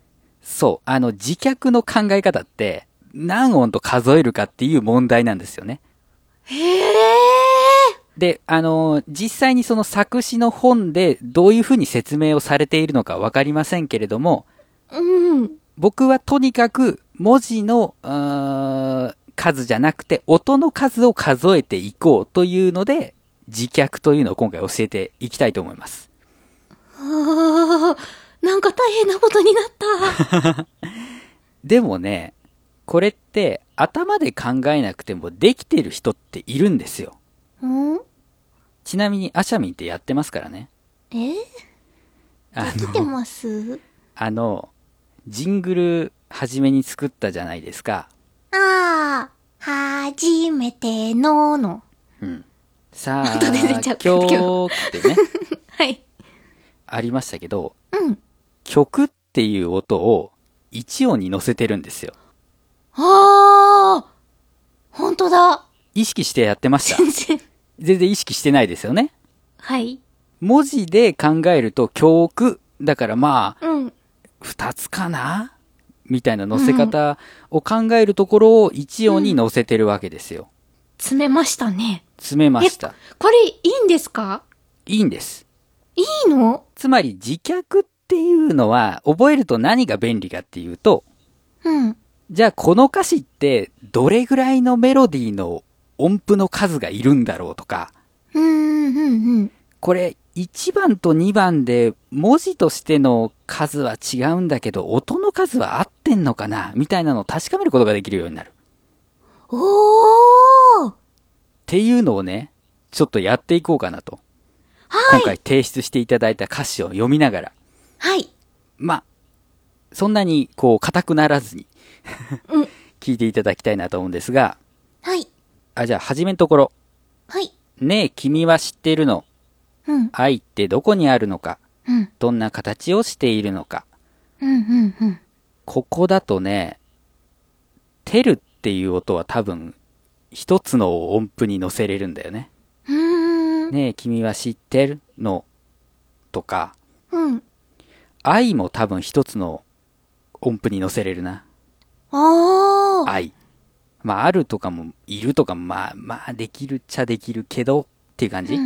Speaker 1: そう、自脚の考え方って、何音と数えるかっていう問題なんですよね。
Speaker 2: へえ。
Speaker 1: で、実際にその作詞の本でどういうふうに説明をされているのかわかりませんけれども、
Speaker 2: うん。
Speaker 1: 僕はとにかく文字の数じゃなくて音の数を数えていこうというので、自脚というのを今回教えていきたいと思います。
Speaker 2: ああ、なんか大変なことになった。
Speaker 1: でもね、これって頭で考えなくてもできてる人っているんですよ。
Speaker 2: うん
Speaker 1: ちなみにアシャミンってやってますからね。
Speaker 2: できてます
Speaker 1: ジングル初めに作ったじゃないですか。
Speaker 2: ああ、初めての。
Speaker 1: うん。さあ、
Speaker 2: 後で出ちゃった
Speaker 1: 今日ってね、
Speaker 2: はい。
Speaker 1: ありましたけど、
Speaker 2: うん。
Speaker 1: 曲っていう音を一音に乗せてるんですよ。
Speaker 2: ああ、ほんとだ。
Speaker 1: 意識してやってました。
Speaker 2: 全然。
Speaker 1: 全然意識してないですよね。
Speaker 2: はい。
Speaker 1: 文字で考えると曲だからまあ、
Speaker 2: うん。
Speaker 1: 二つかなみたいな乗せ方を考えるところを一音に乗せてるわけですよ。
Speaker 2: 詰めましたね。
Speaker 1: 詰めました。
Speaker 2: これいいんですか？
Speaker 1: いいんです。
Speaker 2: いいの？
Speaker 1: つまり自脚っていうのは覚えると何が便利かっていうと、
Speaker 2: うん。
Speaker 1: じゃあこの歌詞ってどれぐらいのメロディーの音符の数がいるんだろうとか、これ1番と2番で文字としての数は違うんだけど音の数は合ってんのかなみたいなのを確かめることができるようになる。
Speaker 2: おー！
Speaker 1: っていうのをね、ちょっとやっていこうかなと。
Speaker 2: はい。
Speaker 1: 今回提出していただいた歌詞を読みながら。
Speaker 2: はい。
Speaker 1: まあ、そんなにこう硬くならずに
Speaker 2: うん。
Speaker 1: 聞いていただきたいなと思うんですが、
Speaker 2: はい。
Speaker 1: じゃあ初めのところ。
Speaker 2: はい。
Speaker 1: ねえ、君は知ってるの？
Speaker 2: うん。
Speaker 1: 愛ってどこにあるのか？
Speaker 2: うん。
Speaker 1: どんな形をしているのか？
Speaker 2: うん。
Speaker 1: ここだとね、てるっていう音は多分一つの音符に乗せれるんだよね。ねえ、君は知ってるの？とか、
Speaker 2: うん。
Speaker 1: 愛も多分一つの音符に乗せれるな。
Speaker 2: あー。
Speaker 1: 愛。まあ、あるとかも、いるとかも、まあ、できるっちゃできるけど、っていう感じ。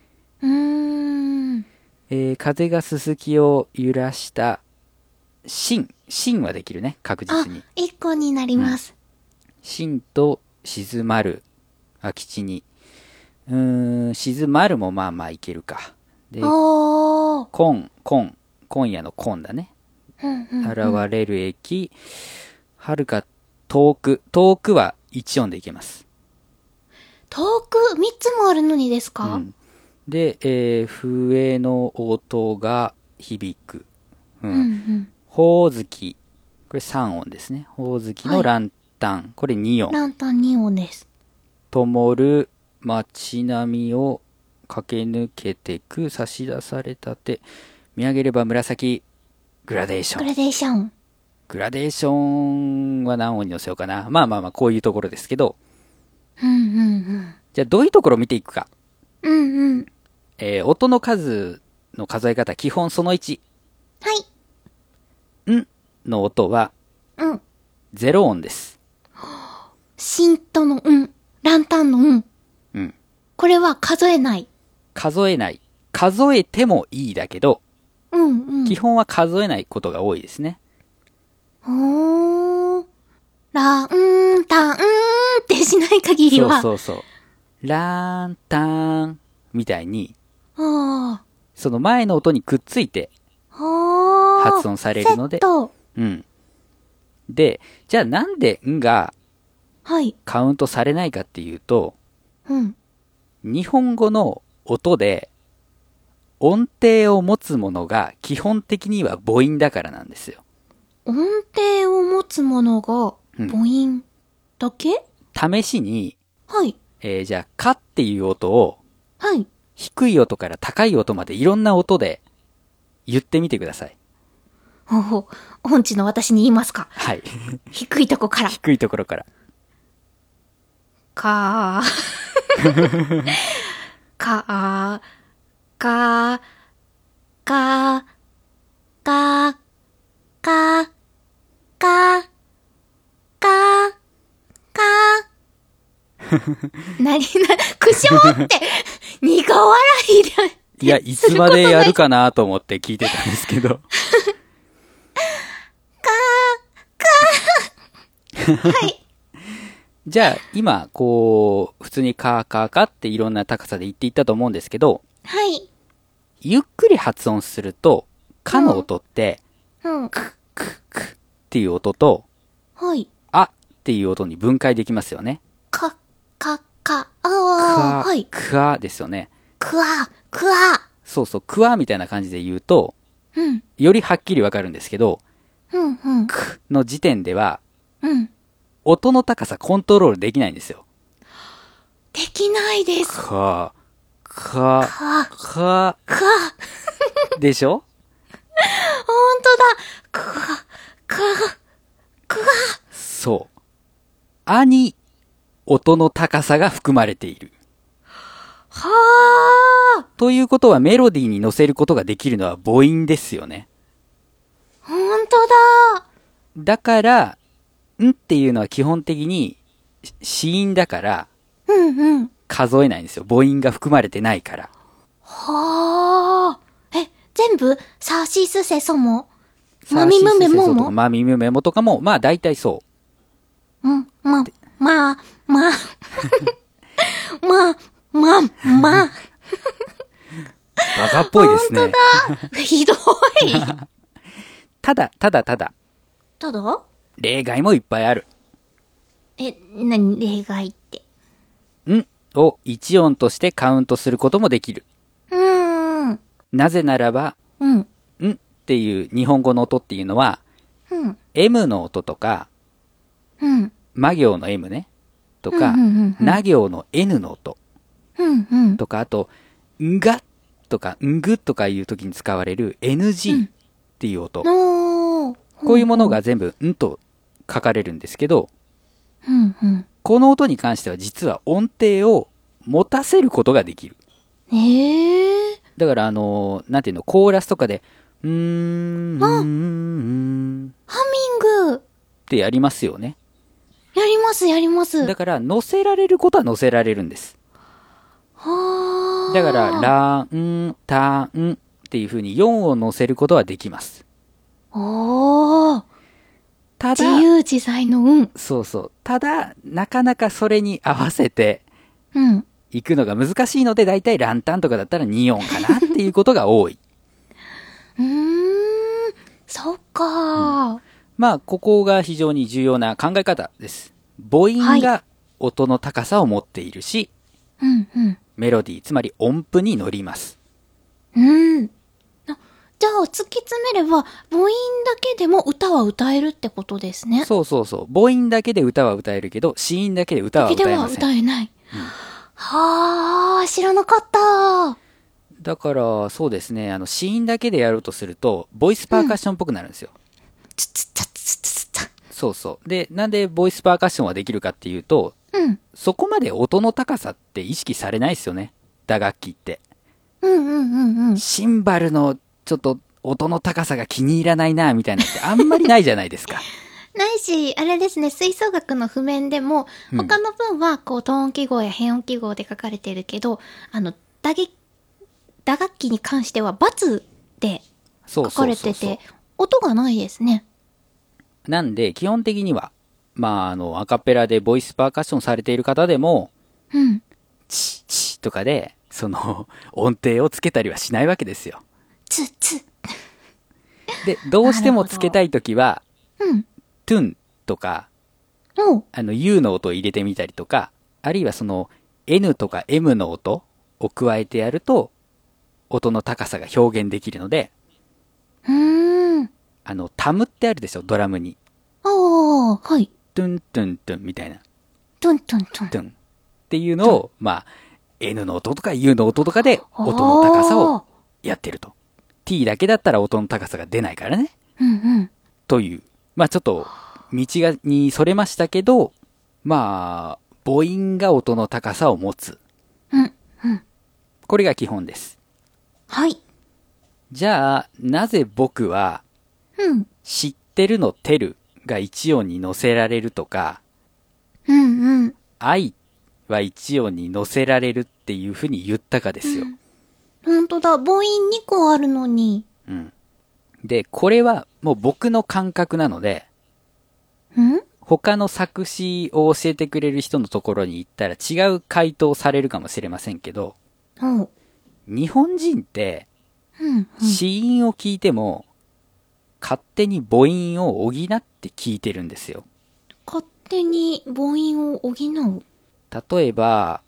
Speaker 1: 風がすすきを揺らした、芯はできるね、確実に。
Speaker 2: 一個になります。
Speaker 1: 芯と静まる、空き地に。静まるもまあまあいけるか。で、
Speaker 2: おー。
Speaker 1: 今夜の今だね。
Speaker 2: 現
Speaker 1: れる駅、遥か遠くは一音でいけます。
Speaker 2: 遠く3つもあるのにですか？
Speaker 1: うん、で、笛の音が響く。ほおずき。これ3音ですね。ほおずきのランタン。これ2音。
Speaker 2: ランタン2音です。
Speaker 1: 灯る街並みを駆け抜けてく差し出された手。見上げれば紫。グラデーション。グラデーションは何音に乗せようかな。まあ、こういうところですけど。じゃあどういうところを見ていくか。音の数の数え方、基本その1。
Speaker 2: はい。
Speaker 1: の音は、0音です。
Speaker 2: シントのランタンのこれは数えない。
Speaker 1: 数えない。数えてもいいだけど、基本は数えないことが多いですね。
Speaker 2: ランタンってしない限りは。
Speaker 1: そう。ランタンみたいに、その前の音にくっついて発音されるので、で、じゃあなんでんがカウントされないかっていうと、日本語の音で音程を持つものが基本的には母音だからなんですよ。
Speaker 2: 音程を持つものが母音だけ？
Speaker 1: 試しに、
Speaker 2: はい。
Speaker 1: じゃあ、かっていう音を、低い音から高い音までいろんな音で言ってみてください。
Speaker 2: 音痴の私に言いますか？
Speaker 1: はい。
Speaker 2: 低いとこから。
Speaker 1: 低いところから。
Speaker 2: かー。かー。かー。かー。かー。かー。 か、か、か。なにな、苦笑って、苦笑いで。
Speaker 1: いや、いつまでやるかなと思って聞いてたんですけど。
Speaker 2: はい。
Speaker 1: じゃあ、今、こう、普通にカーカーカっていろんな高さで言っていったと思うんですけど、
Speaker 2: はい。
Speaker 1: ゆっくり発音すると、かの音って、
Speaker 2: うん。
Speaker 1: っていう音と、
Speaker 2: はい。
Speaker 1: あっていう音に分解できますよね。
Speaker 2: か、ああ、はい。
Speaker 1: くわですよね。
Speaker 2: くわ、
Speaker 1: そうそう、くわみたいな感じで言うと、
Speaker 2: うん。
Speaker 1: よりはっきりわかるんですけど、
Speaker 2: うん、うん。
Speaker 1: くの時点では、
Speaker 2: うん。
Speaker 1: 音の高さコントロールできないんですよ。
Speaker 2: できないです。
Speaker 1: か、でしょ？
Speaker 2: ほんとだ。
Speaker 1: そう。あに、音の高さが含まれている。
Speaker 2: はあ。
Speaker 1: ということはメロディーに乗せることができるのは母音ですよね。
Speaker 2: ほんとだ。
Speaker 1: だから、んっていうのは基本的に子音だから
Speaker 2: うんうん。
Speaker 1: 数えないんですよ。母音が含まれてないから。
Speaker 2: はあ。全部、サシスセソも、マミムメモも。
Speaker 1: マミムメモとかも、まあ大体そう。
Speaker 2: うん、まあ。バ
Speaker 1: カっぽいですね。
Speaker 2: ほんとだ。ひどい。
Speaker 1: ただ、
Speaker 2: ただ
Speaker 1: 例外もいっぱいある。
Speaker 2: 何、例外って。
Speaker 1: んを一音としてカウントすることもできる。なぜならば、んっていう日本語の音っていうのは、M の音とか、ま行の M ね、とか、な行の N の音、とか、あと、んがとか、んぐとかいう時に使われる NG っていう音。こういうものが全部んと書かれるんですけど、この音に関しては実は音程を持たせることができる。だからなんていうの、コーラスとかで、
Speaker 2: ハミング
Speaker 1: ってやりますよね。
Speaker 2: やります。
Speaker 1: だから乗せられることは乗せられるんです。だから、ラン、タンっていう風に4を乗せることはできます。ただ、
Speaker 2: 自由自在の
Speaker 1: そうそう。ただ、なかなかそれに合わせて、行くのが難しいので、だいたいランタンとかだったら2音かなっていうことが多い。
Speaker 2: そっか、
Speaker 1: まあ、ここが非常に重要な考え方です。母音が音の高さを持っているし、メロディー、つまり音符に乗ります。
Speaker 2: じゃあ、突き詰めれば、母音だけでも歌は歌えるってことですね。
Speaker 1: そう。母音だけで歌は歌えるけど、子音だけで歌は歌えません。
Speaker 2: だけでは歌えない。はあ、知らなかった。
Speaker 1: だから、そうですね、子音だけでやろうとすると、ボイスパーカッションっぽくなるんですよ。そう。で、なんでボイスパーカッションはできるかっていうと、そこまで音の高さって意識されないですよね。打楽器って。シンバルのちょっと音の高さが気に入らないな、みたいなってあんまりないじゃないですか。
Speaker 2: ないし、あれですね、吹奏楽の譜面でも、他の文は、こう、トーン記号や変音記号で書かれてるけど、打楽器に関しては、×で書かれてて、音がないですね。
Speaker 1: なんで、基本的には、まあ、アカペラでボイスパーカッションされている方でも、チチとかで、音程をつけたりはしないわけですよ。で、どうしてもつけたいときは、トゥンとか、U の音を入れてみたりとか、あるいはN とか M の音を加えてやると、音の高さが表現できるので、タムってあるでしょ、ドラムに。
Speaker 2: はい。
Speaker 1: トゥントゥントゥンみたいな。
Speaker 2: トゥントゥントゥン。
Speaker 1: トゥン。っていうのを、まあ、N の音とか U の音とかで音の高さをやってると。T だけだったら音の高さが出ないからね。という。まあちょっと、にそれましたけど、まあ、母音が音の高さを持つ。これが基本です。
Speaker 2: はい。
Speaker 1: じゃあ、なぜ僕は、知ってるのてるが一音に乗せられるとか、
Speaker 2: うんうん。
Speaker 1: 愛は一音に乗せられるっていうふうに言ったかですよ。
Speaker 2: ほんとだ。母音2個あるのに。
Speaker 1: うん。で、これはもう僕の感覚なので、
Speaker 2: ん
Speaker 1: 他の作詞を教えてくれる人のところに行ったら違う回答されるかもしれませんけど、
Speaker 2: ほう。
Speaker 1: 日本人って
Speaker 2: うんうん。
Speaker 1: 子音を聞いても勝手に母音を補って聞いてるんですよ。
Speaker 2: 勝手に母音を補う。
Speaker 1: 例えば、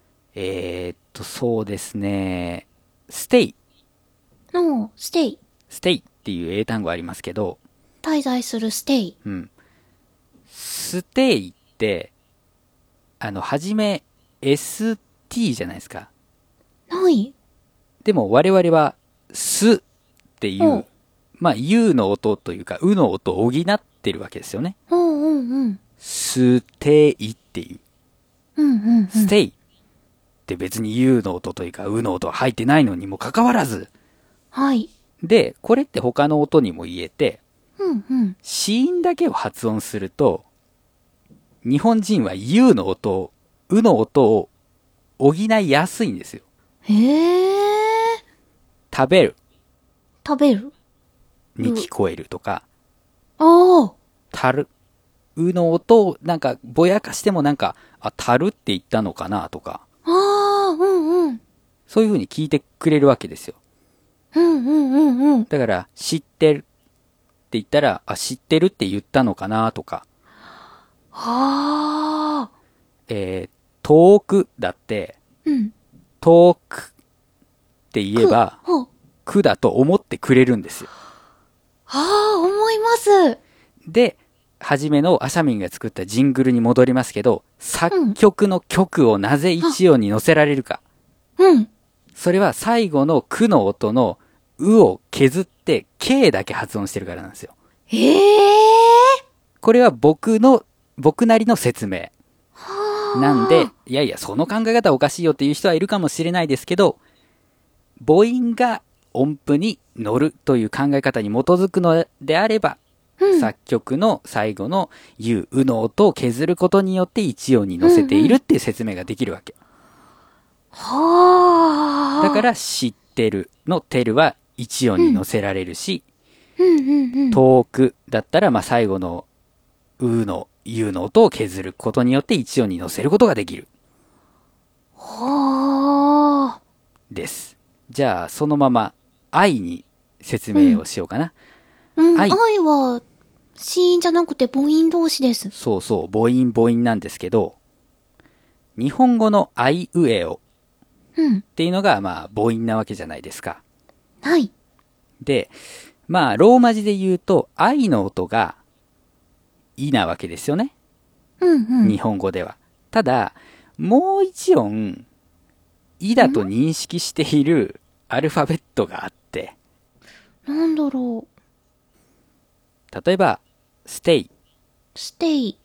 Speaker 1: そうですね、stay
Speaker 2: の、ステイ。
Speaker 1: っていう英単語ありますけど、
Speaker 2: 滞在するステイ。
Speaker 1: うん。stay って、はじめ st じゃないですか。
Speaker 2: ない。
Speaker 1: でも我々はすっていう、
Speaker 2: うん
Speaker 1: まあ u の音というかうの音を補ってるわけですよね。
Speaker 2: うんうんうん。
Speaker 1: ステイっていう。
Speaker 2: うんうんうん。
Speaker 1: ステイって別に u の音というかうの音は入ってないのにもかかわらず。
Speaker 2: はい。
Speaker 1: で、これって他の音にも言えて、
Speaker 2: うんうん。
Speaker 1: 子音だけを発音すると、日本人は u の音、うの音を補いやすいんですよ。
Speaker 2: へえ。
Speaker 1: 食べる
Speaker 2: 食べる。
Speaker 1: に聞こえるとか、
Speaker 2: ああ。
Speaker 1: たる。うの音をなんかぼやかしてもなんか、あ、たるって言ったのかなとか、
Speaker 2: ああ、うんうん。
Speaker 1: そういう風に聞いてくれるわけですよ。
Speaker 2: うんうんうんうん。
Speaker 1: だから、知ってるって言ったら、あ、知ってるって言ったのかなとか、
Speaker 2: ああ。
Speaker 1: 遠くだって、
Speaker 2: うん。
Speaker 1: 遠くって言えば、
Speaker 2: ほう。
Speaker 1: くだと思ってくれるんですよ。
Speaker 2: ああ、思います。
Speaker 1: で、はじめのアシャミンが作ったジングルに戻りますけど、作曲の曲をなぜ一音に乗せられるか。
Speaker 2: うん。
Speaker 1: それは最後のくの音のうを削って K だけ発音してるからなんですよ。
Speaker 2: ええ
Speaker 1: これは僕なりの説明。
Speaker 2: はあ。
Speaker 1: なんで、いやいや、その考え方おかしいよっていう人はいるかもしれないですけど、母音が音符に乗るという考え方に基づくのであれば、
Speaker 2: うん、
Speaker 1: 作曲の最後の U、うの音を削ることによって一音に乗せているっていう説明ができるわけ。
Speaker 2: はあ。
Speaker 1: だから知ってるのてるは一音に乗せられるし、
Speaker 2: うんうんうん。
Speaker 1: 遠くだったらまあ最後のうの U の音を削ることによって一音に乗せることができる。
Speaker 2: はあ。
Speaker 1: です。じゃあそのまま愛に説明をしようかな。
Speaker 2: うん、
Speaker 1: 愛
Speaker 2: 愛は、子音じゃなくて母音同士です。
Speaker 1: そうそう、母音なんですけど、日本語のあいうえお
Speaker 2: うん。
Speaker 1: っていうのがまあ母音なわけじゃないですか。
Speaker 2: はい。
Speaker 1: で、まあローマ字で言うと愛の音がいなわけですよね。
Speaker 2: うんうん。
Speaker 1: 日本語では。ただ、もう一音、いだと認識しているアルファベットがあって、
Speaker 2: なんだろう。
Speaker 1: 例えば、stay、
Speaker 2: ステイ。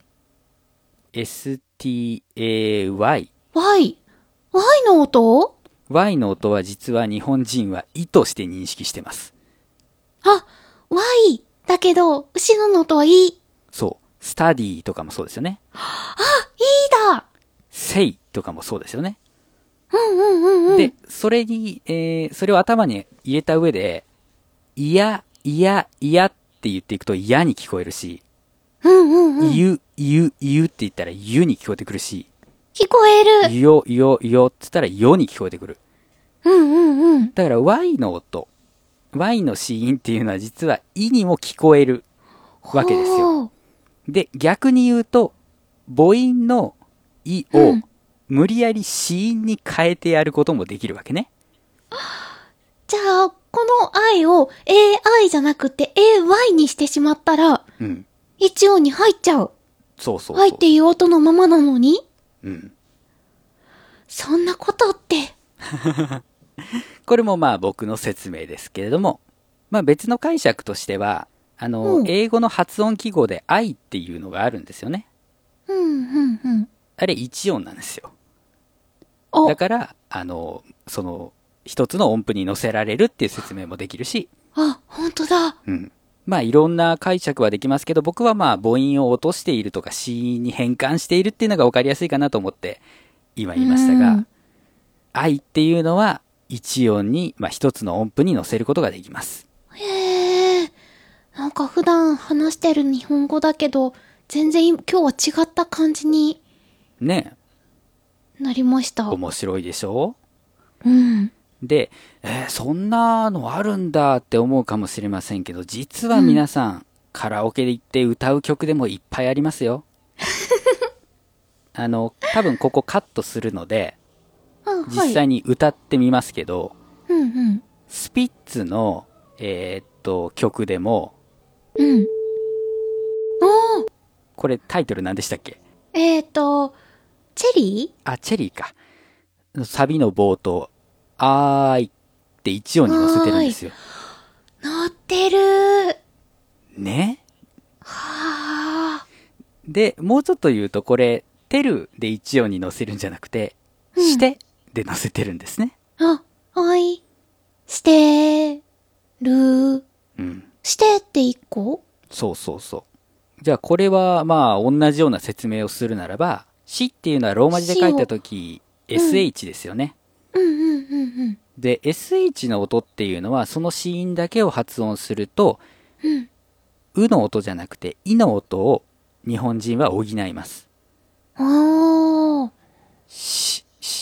Speaker 1: stay、
Speaker 2: Y。Y の音
Speaker 1: y の音は実は日本人はいとして認識してます。
Speaker 2: あ、Y。だけど、後ろの音は E。
Speaker 1: そう。study とかもそうですよね。
Speaker 2: E だ。
Speaker 1: say とかもそうですよね。
Speaker 2: うんうんうんうん。
Speaker 1: で、それを頭に入れた上で、いやって言っていくと嫌に聞こえるし、
Speaker 2: うんうんうん。
Speaker 1: 言うって言ったらゆに聞こえてくるし、
Speaker 2: 聞こえる。
Speaker 1: よって言ったらよに聞こえてくる。
Speaker 2: うんうんうん。
Speaker 1: だから Y の音、Y の子音っていうのは実はいにも聞こえるわけですよ。
Speaker 2: ほう。
Speaker 1: で、逆に言うと、母音のいを無理やり子音に変えてやることもできるわけね。
Speaker 2: じゃあ、この I を AI じゃなくて AY にしてしまったら、
Speaker 1: うん。
Speaker 2: 一音に入っちゃう。
Speaker 1: そうそうそう。
Speaker 2: 愛っていう音のままなのに
Speaker 1: うん。
Speaker 2: そんなことって。
Speaker 1: これもまあ僕の説明ですけれども、まあ別の解釈としては、
Speaker 2: うん
Speaker 1: 英語の発音記号で愛っていうのがあるんですよね。
Speaker 2: うん、うん、うん。
Speaker 1: あれ一音なんですよ。
Speaker 2: お
Speaker 1: だ、から、その、一つの音符に乗せられるっていう説明もできるし、
Speaker 2: あ、ほんとだ。
Speaker 1: うん。 まあいろんな解釈はできますけど、僕はまあ母音を落としているとか子音に変換しているっていうのが分かりやすいかなと思って今言いましたが、愛っていうのは一音に、まあ一つの音符に乗せることができます。
Speaker 2: へえ。なんか普段話してる日本語だけど、全然今日は違った感じに
Speaker 1: ね。
Speaker 2: なりました。
Speaker 1: 面白いでしょ？
Speaker 2: うん。
Speaker 1: で、そんなのあるんだって思うかもしれませんけど、実は皆さん、カラオケで行って歌う曲でもいっぱいありますよ。多分ここカットするので、実際に歌ってみますけど、
Speaker 2: うんうん。
Speaker 1: スピッツの、曲でも、
Speaker 2: うん。おー
Speaker 1: これタイトル何でしたっけ？
Speaker 2: チェリー？
Speaker 1: あ、チェリーか。サビの冒頭、あーいって一音に乗せてるんですよ。
Speaker 2: 乗ってる。
Speaker 1: ね？
Speaker 2: はー。
Speaker 1: で、もうちょっと言うとこれ、てるで一音に乗せるんじゃなくて、してで乗せてるんですね。
Speaker 2: あ、愛してる。
Speaker 1: うん。
Speaker 2: してって一個？
Speaker 1: そうそうそう。じゃあこれはまあ同じような説明をするならば、しっていうのはローマ字で書いたとき、sh ですよね。
Speaker 2: うんうんうんうん。
Speaker 1: で、sh の音っていうのはその子音だけを発音すると、うの音じゃなくて、いの音を日本人は補います。
Speaker 2: あ
Speaker 1: し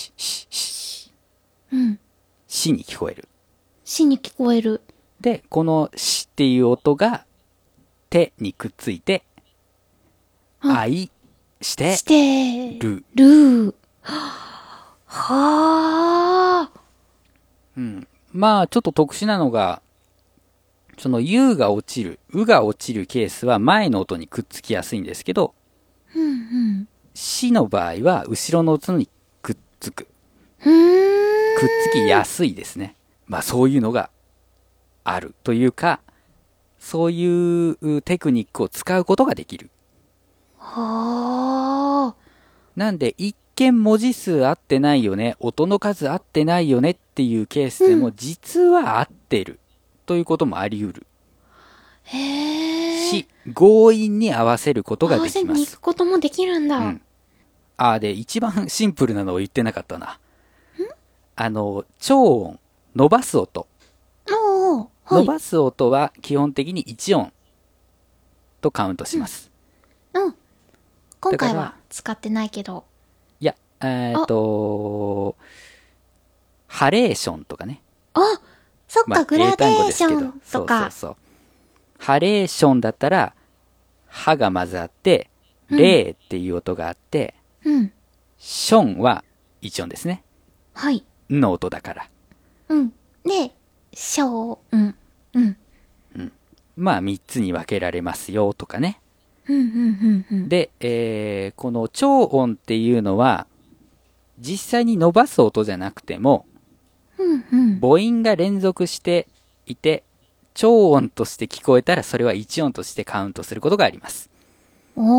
Speaker 1: に聞こえる。
Speaker 2: しに聞こえる。
Speaker 1: で、このしっていう音が手にくっついて、愛してる。
Speaker 2: はあ。
Speaker 1: うん。まあ、ちょっと特殊なのが、その U が落ちる、うが落ちるケースは前の音にくっつきやすいんですけど、しの場合は後ろの音にくっつく。くっつきやすいですね。まあそういうのがあるというか、そういうテクニックを使うことができる。
Speaker 2: はあ。
Speaker 1: なんで一見文字数合ってないよね、音の数合ってないよねっていうケースでも実は合ってるということもあり得る。し、強引に合わせることができます。
Speaker 2: 合わせに行くこともできるんだ。
Speaker 1: で、一番シンプルなのを言ってなかったな。超音、伸ばす音。伸ばす音は基本的に1音とカウントします。
Speaker 2: 今回は使ってないけど。
Speaker 1: いや、ハレーションとかね。
Speaker 2: そっか、グラデーションとか。
Speaker 1: そう。ハレーションだったら、ハがまずあって、レーっていう音があって、ションは1音ですね。
Speaker 2: はい。
Speaker 1: んの音だから。
Speaker 2: で、ション。
Speaker 1: まあ3つに分けられますよとかね。で、この超音っていうのは、実際に伸ばす音じゃなくても、母音が連続していて、超音として聞こえたらそれは1音としてカウントすることがあります。
Speaker 2: これは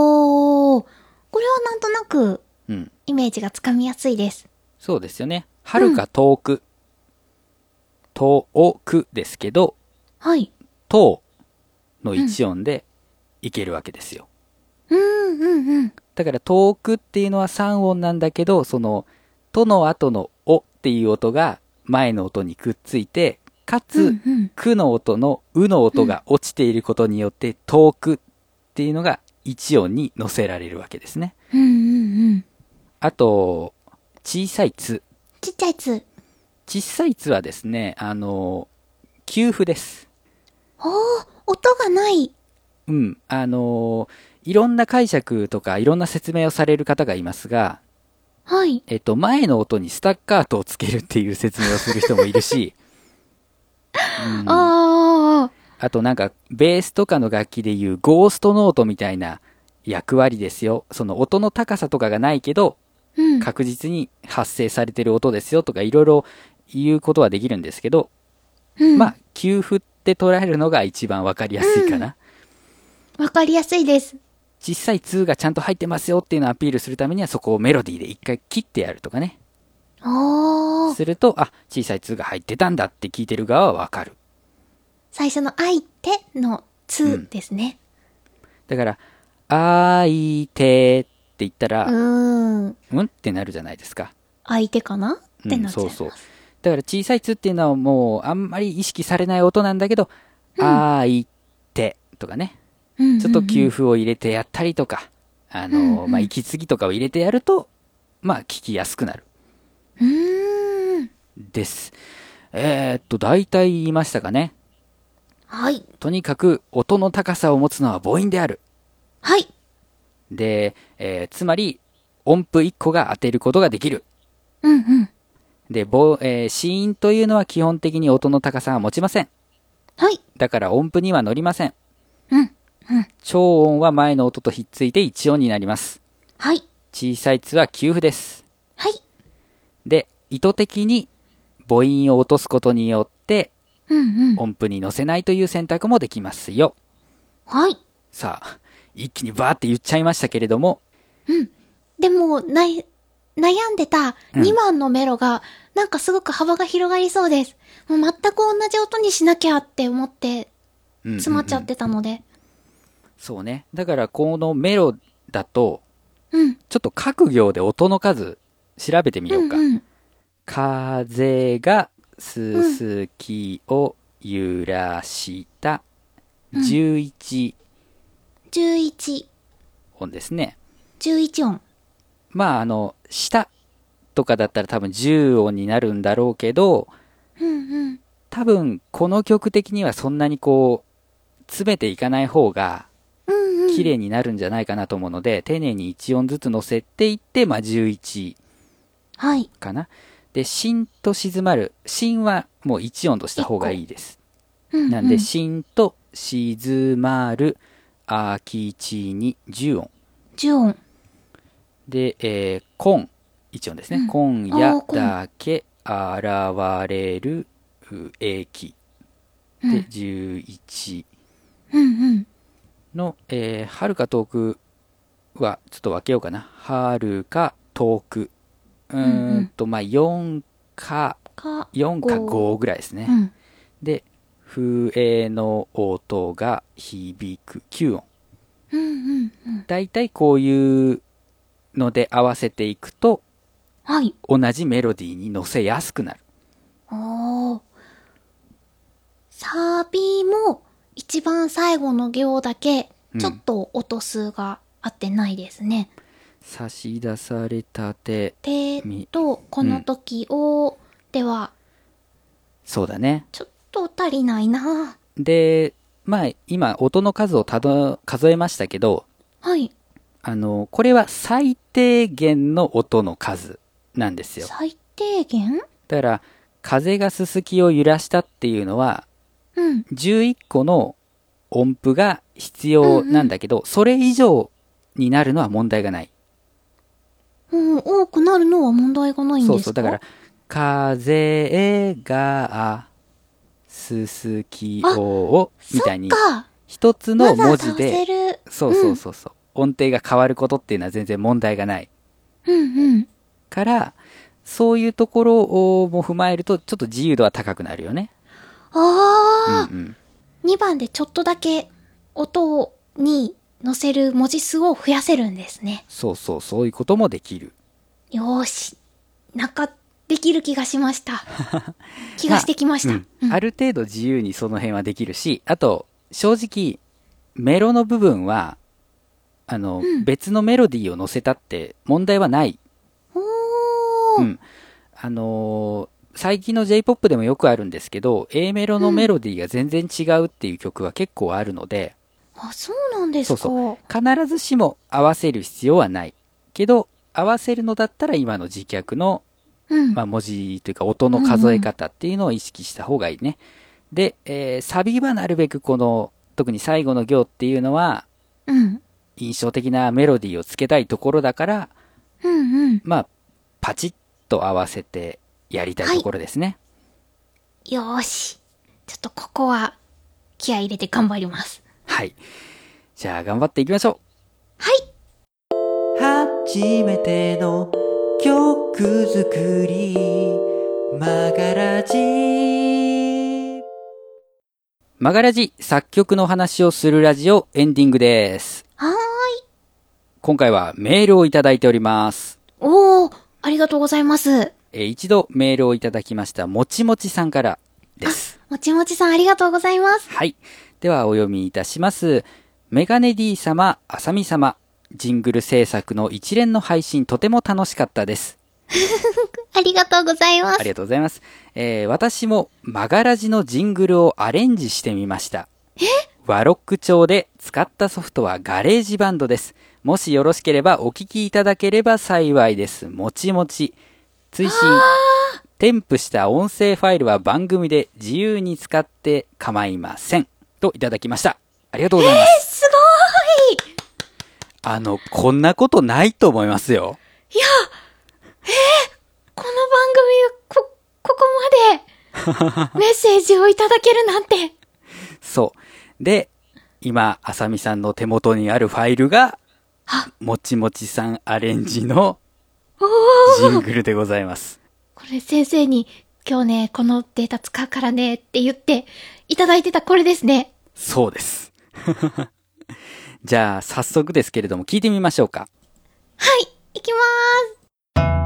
Speaker 2: なんとなく、イメージがつかみやすいです。
Speaker 1: そうですよね。遥か遠く。遠くですけど、遠の1音でいけるわけですよ。だから遠くっていうのは3音なんだけど、その、との後のおっていう音が前の音にくっついて、かつ、くの音のうの音が落ちていることによって、遠くっていうのが1音に乗せられるわけですね。あと、小さいつ。
Speaker 2: ちっちゃいつ。
Speaker 1: 小さいつはですね、休符です。
Speaker 2: 音がない。
Speaker 1: いろんな解釈とかいろんな説明をされる方がいますが、前の音にスタッカートをつけるっていう説明をする人もいるし、あとなんか、ベースとかの楽器でいうゴーストノートみたいな役割ですよ。その音の高さとかがないけど、確実に発生されてる音ですよとかいろいろ言うことはできるんですけど、まあ、休符って捉えるのが一番わかりやすいかな。
Speaker 2: わかりやすいです。
Speaker 1: 小さい2がちゃんと入ってますよっていうのをアピールするためにはそこをメロディーで一回切ってやるとかね。すると、小さい2が入ってたんだって聞いてる側はわかる。
Speaker 2: 最初の相手のつですね。
Speaker 1: だから、相手って言ったら、
Speaker 2: うん
Speaker 1: ってなるじゃないですか。
Speaker 2: 相手かなってなっちゃいます。
Speaker 1: そうそう。だから小さいつっていうのはもうあんまり意識されない音なんだけど、相手とかね、ちょっと休符を入れてやったりとか、息継ぎとかを入れてやると、聞きやすくなる。です。大体言いましたかね。
Speaker 2: はい。
Speaker 1: とにかく音の高さを持つのは母音である。
Speaker 2: はい。
Speaker 1: で、つまり音符1個が当てることができる。で、子音というのは基本的に音の高さは持ちません。
Speaker 2: はい。
Speaker 1: だから音符には乗りません。長音は前の音とひっついて一音になります。
Speaker 2: はい。
Speaker 1: 小さいつは休符です。
Speaker 2: はい。
Speaker 1: で、意図的に母音を落とすことによって、音符に乗せないという選択もできますよ。
Speaker 2: はい。
Speaker 1: さあ、一気にバーって言っちゃいましたけれども。
Speaker 2: でも、悩んでた2番のメロが、なんかすごく幅が広がりそうです。もう全く同じ音にしなきゃって思って、詰まっちゃってたので。
Speaker 1: そうね。だからこのメロだと、
Speaker 2: ちょ
Speaker 1: っと各行で音の数調べてみようか。風がすすきを揺らした11音ですね。
Speaker 2: 11音。
Speaker 1: 下とかだったら多分10音になるんだろうけど、多分この曲的にはそんなに詰めていかない方が綺麗になるんじゃないかなと思うので、丁寧に1音ずつ乗せていって、11かな。で、しんと静まる。しんはもう1音とした方がいいです。なんで、しんと静まる、あきちに10音。
Speaker 2: 10音。
Speaker 1: で、今、1音ですね。今夜だけ現れる駅。で、11の、遥か遠くはちょっと分けようかな。遥か遠く。4か5ぐらいですね。で、笛の音が響く9音。だいたいこういうので合わせていくと、同じメロディーに乗せやすくなる。
Speaker 2: サビも一番最後の行だけ、ちょっと音数が合ってないですね。
Speaker 1: 差し出された手
Speaker 2: とこの時を、では
Speaker 1: そうだね。
Speaker 2: ちょっと足りないな。
Speaker 1: で、今音の数を数えましたけど、これは最低限の音の数なんですよ。
Speaker 2: 最低限？
Speaker 1: だから風がすすきを揺らしたっていうのは、11個の音符が必要なんだけど、それ以上になるのは問題がない。
Speaker 2: 多くなるのは問題がないんですか？
Speaker 1: だから、風がすすきをみたいに、一つの文字で、音程が変わることっていうのは全然問題がない。から、そういうところをも踏まえると、ちょっと自由度は高くなるよね。
Speaker 2: 2番でちょっとだけ音に乗せる文字数を増やせるんですね。
Speaker 1: そういうこともできる。
Speaker 2: よーし。なんか、できる気がしました。気がしてきました。
Speaker 1: ある程度自由にその辺はできるし、あと、正直、メロの部分は、別のメロディーを乗せたって問題はない。最近の J-POP でもよくあるんですけど、A メロのメロディーが全然違うっていう曲は結構あるので、
Speaker 2: そうなんですか。
Speaker 1: 必ずしも合わせる必要はない。けど、合わせるのだったら今の自脚の、文字というか音の数え方っていうのを意識した方がいいね。で、サビはなるべく特に最後の行っていうのは、印象的なメロディーをつけたいところだから、パチッと合わせてやりたいところですね。
Speaker 2: よーし。ちょっとここは気合い入れて頑張ります。
Speaker 1: はい。じゃあ頑張っていきましょ
Speaker 2: う。はい。
Speaker 1: 初めての曲作り、マガラジ。 マガラジ作曲の話をするラジオエンディングです。
Speaker 2: はーい。
Speaker 1: 今回はメールをいただいております。
Speaker 2: おー、ありがとうございます。
Speaker 1: 一度メールをいただきましたもちもちさんからです。
Speaker 2: もちもちさんありがとうございます。
Speaker 1: はい。ではお読みいたします。メガネ D 様、あさみ様、ジングル制作の一連の配信とても楽しかったです。
Speaker 2: ありがとうございます。
Speaker 1: ありがとうございます。私もマガラジのジングルをアレンジしてみました。ワロック調で使ったソフトはガレージバンドです。もしよろしければお聞きいただければ幸いです。もちもち。追伸。添付した音声ファイルは番組で自由に使って構いません。といただきました。ありがとうございます。
Speaker 2: すごーい。
Speaker 1: こんなことないと思いますよ。
Speaker 2: いや、この番組、ここまでメッセージをいただけるなんて。
Speaker 1: そう。で、今、あさみさんの手元にあるファイルが、もちもちさんアレンジのジングルでございます。
Speaker 2: これ先生に今日ね、このデータ使うからねって言っていただいてたこれですね。
Speaker 1: そうです。じゃあ、早速ですけれども聞いてみましょうか。
Speaker 2: はい、行きまーす。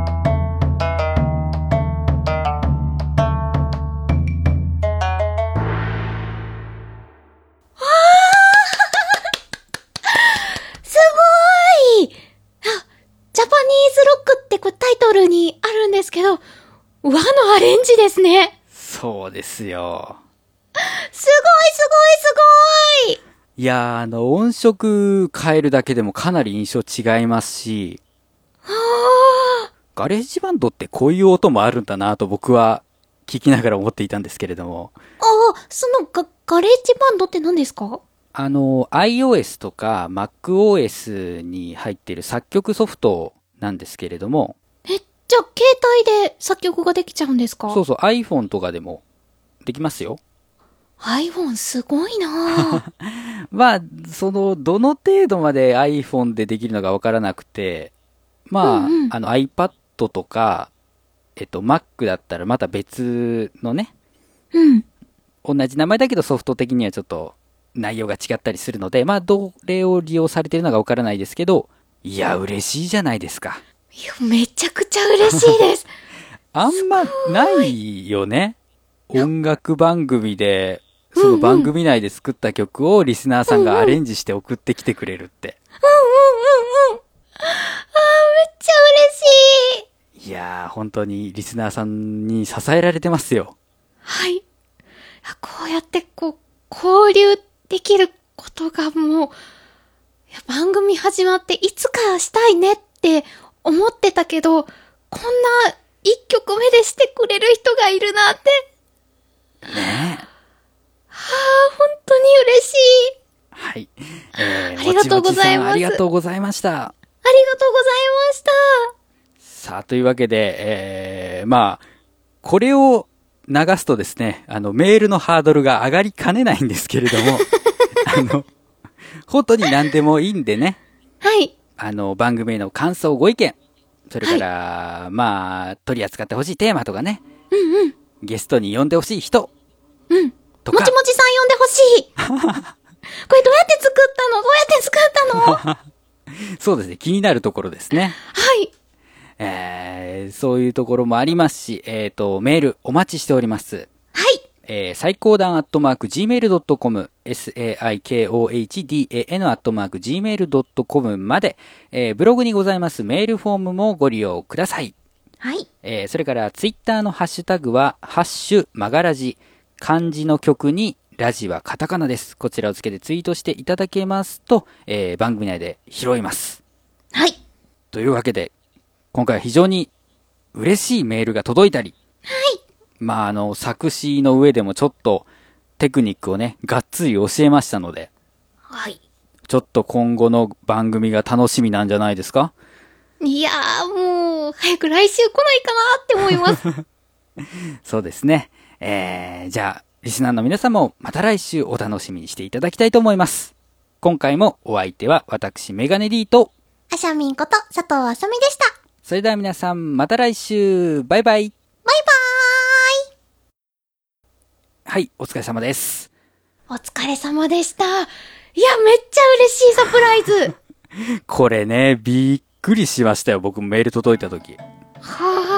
Speaker 2: すごーい。ジャパニーズロックってタイトルにあるんですけど、和のアレンジですね。
Speaker 1: そうですよ。
Speaker 2: すごいすごいすごい。
Speaker 1: いやー、音色変えるだけでもかなり印象違いますし、ガレージバンドってこういう音もあるんだなと僕は聞きながら思っていたんですけれども。
Speaker 2: そのガレージバンドって何ですか
Speaker 1: iOS とか MacOS に入っている作曲ソフトなんですけれども。
Speaker 2: じゃあ携帯で作曲ができちゃうんですか？
Speaker 1: そうそう、iPhone とかでもできますよ。
Speaker 2: iPhone すごいなぁ。
Speaker 1: まあ、どの程度まで iPhone でできるのかわからなくて、まあ、iPad とか、Mac だったらまた別のね、同じ名前だけどソフト的にはちょっと内容が違ったりするので、まあ、どれを利用されているのかわからないですけど、いや、嬉しいじゃないですか。
Speaker 2: いや、めちゃくちゃ嬉しいです。
Speaker 1: あんまないよね。音楽番組で、その番組内で作った曲をリスナーさんがアレンジして送ってきてくれるって。
Speaker 2: めっちゃ嬉しい。
Speaker 1: いやー、本当にリスナーさんに支えられてますよ。
Speaker 2: はい。こうやって交流できることがもう、番組始まっていつかしたいねって思ってたけど、こんな一曲目でしてくれる人がいるなんて。
Speaker 1: ねえ。
Speaker 2: 本当に嬉しい。
Speaker 1: はい。
Speaker 2: ありがとうございます。
Speaker 1: ありがとうございました。
Speaker 2: ありがとうございました。
Speaker 1: さあ、というわけで、まあ、これを流すとですね、メールのハードルが上がりかねないんですけれども、本当に何でもいいんでね。
Speaker 2: はい。
Speaker 1: 番組への感想、ご意見、それから、まあ、取り扱ってほしいテーマとかね。ゲストに呼んでほしい人。とか。
Speaker 2: もちもちさん呼んでほしい。これどうやって作ったの？
Speaker 1: そうですね。気になるところですね。
Speaker 2: はい。
Speaker 1: そういうところもありますし、メールお待ちしております。
Speaker 2: はい。
Speaker 1: 最高段@gmail.com、saikohdan@gmail.com まで、ブログにございますメールフォームもご利用ください。
Speaker 2: はい。
Speaker 1: それからツイッターのハッシュタグは、ハッシュマガラジ、漢字の曲にラジはカタカナです。こちらをつけてツイートしていただけますと、番組内で拾います。
Speaker 2: はい。
Speaker 1: というわけで、今回は非常に嬉しいメールが届いたり、
Speaker 2: はい。
Speaker 1: まあ作詞の上でもちょっとテクニックをね、がっつり教えましたので、
Speaker 2: はい。
Speaker 1: ちょっと今後の番組が楽しみなんじゃないですか？
Speaker 2: いやーもう、早く来週来ないかなって思います。
Speaker 1: そうですね。じゃあ、リスナーの皆さんもまた来週お楽しみにしていただきたいと思います。今回もお相手は私メガネ D と
Speaker 2: あしゃみんこと佐藤あさみでした。
Speaker 1: それでは皆さんまた来週。バイバイ。
Speaker 2: バイバーイ。
Speaker 1: はい、お疲れ様です。
Speaker 2: お疲れ様でした。いや、めっちゃ嬉しいサプライズ。
Speaker 1: これね、びっくりしましたよ。僕メール届いた時。
Speaker 2: は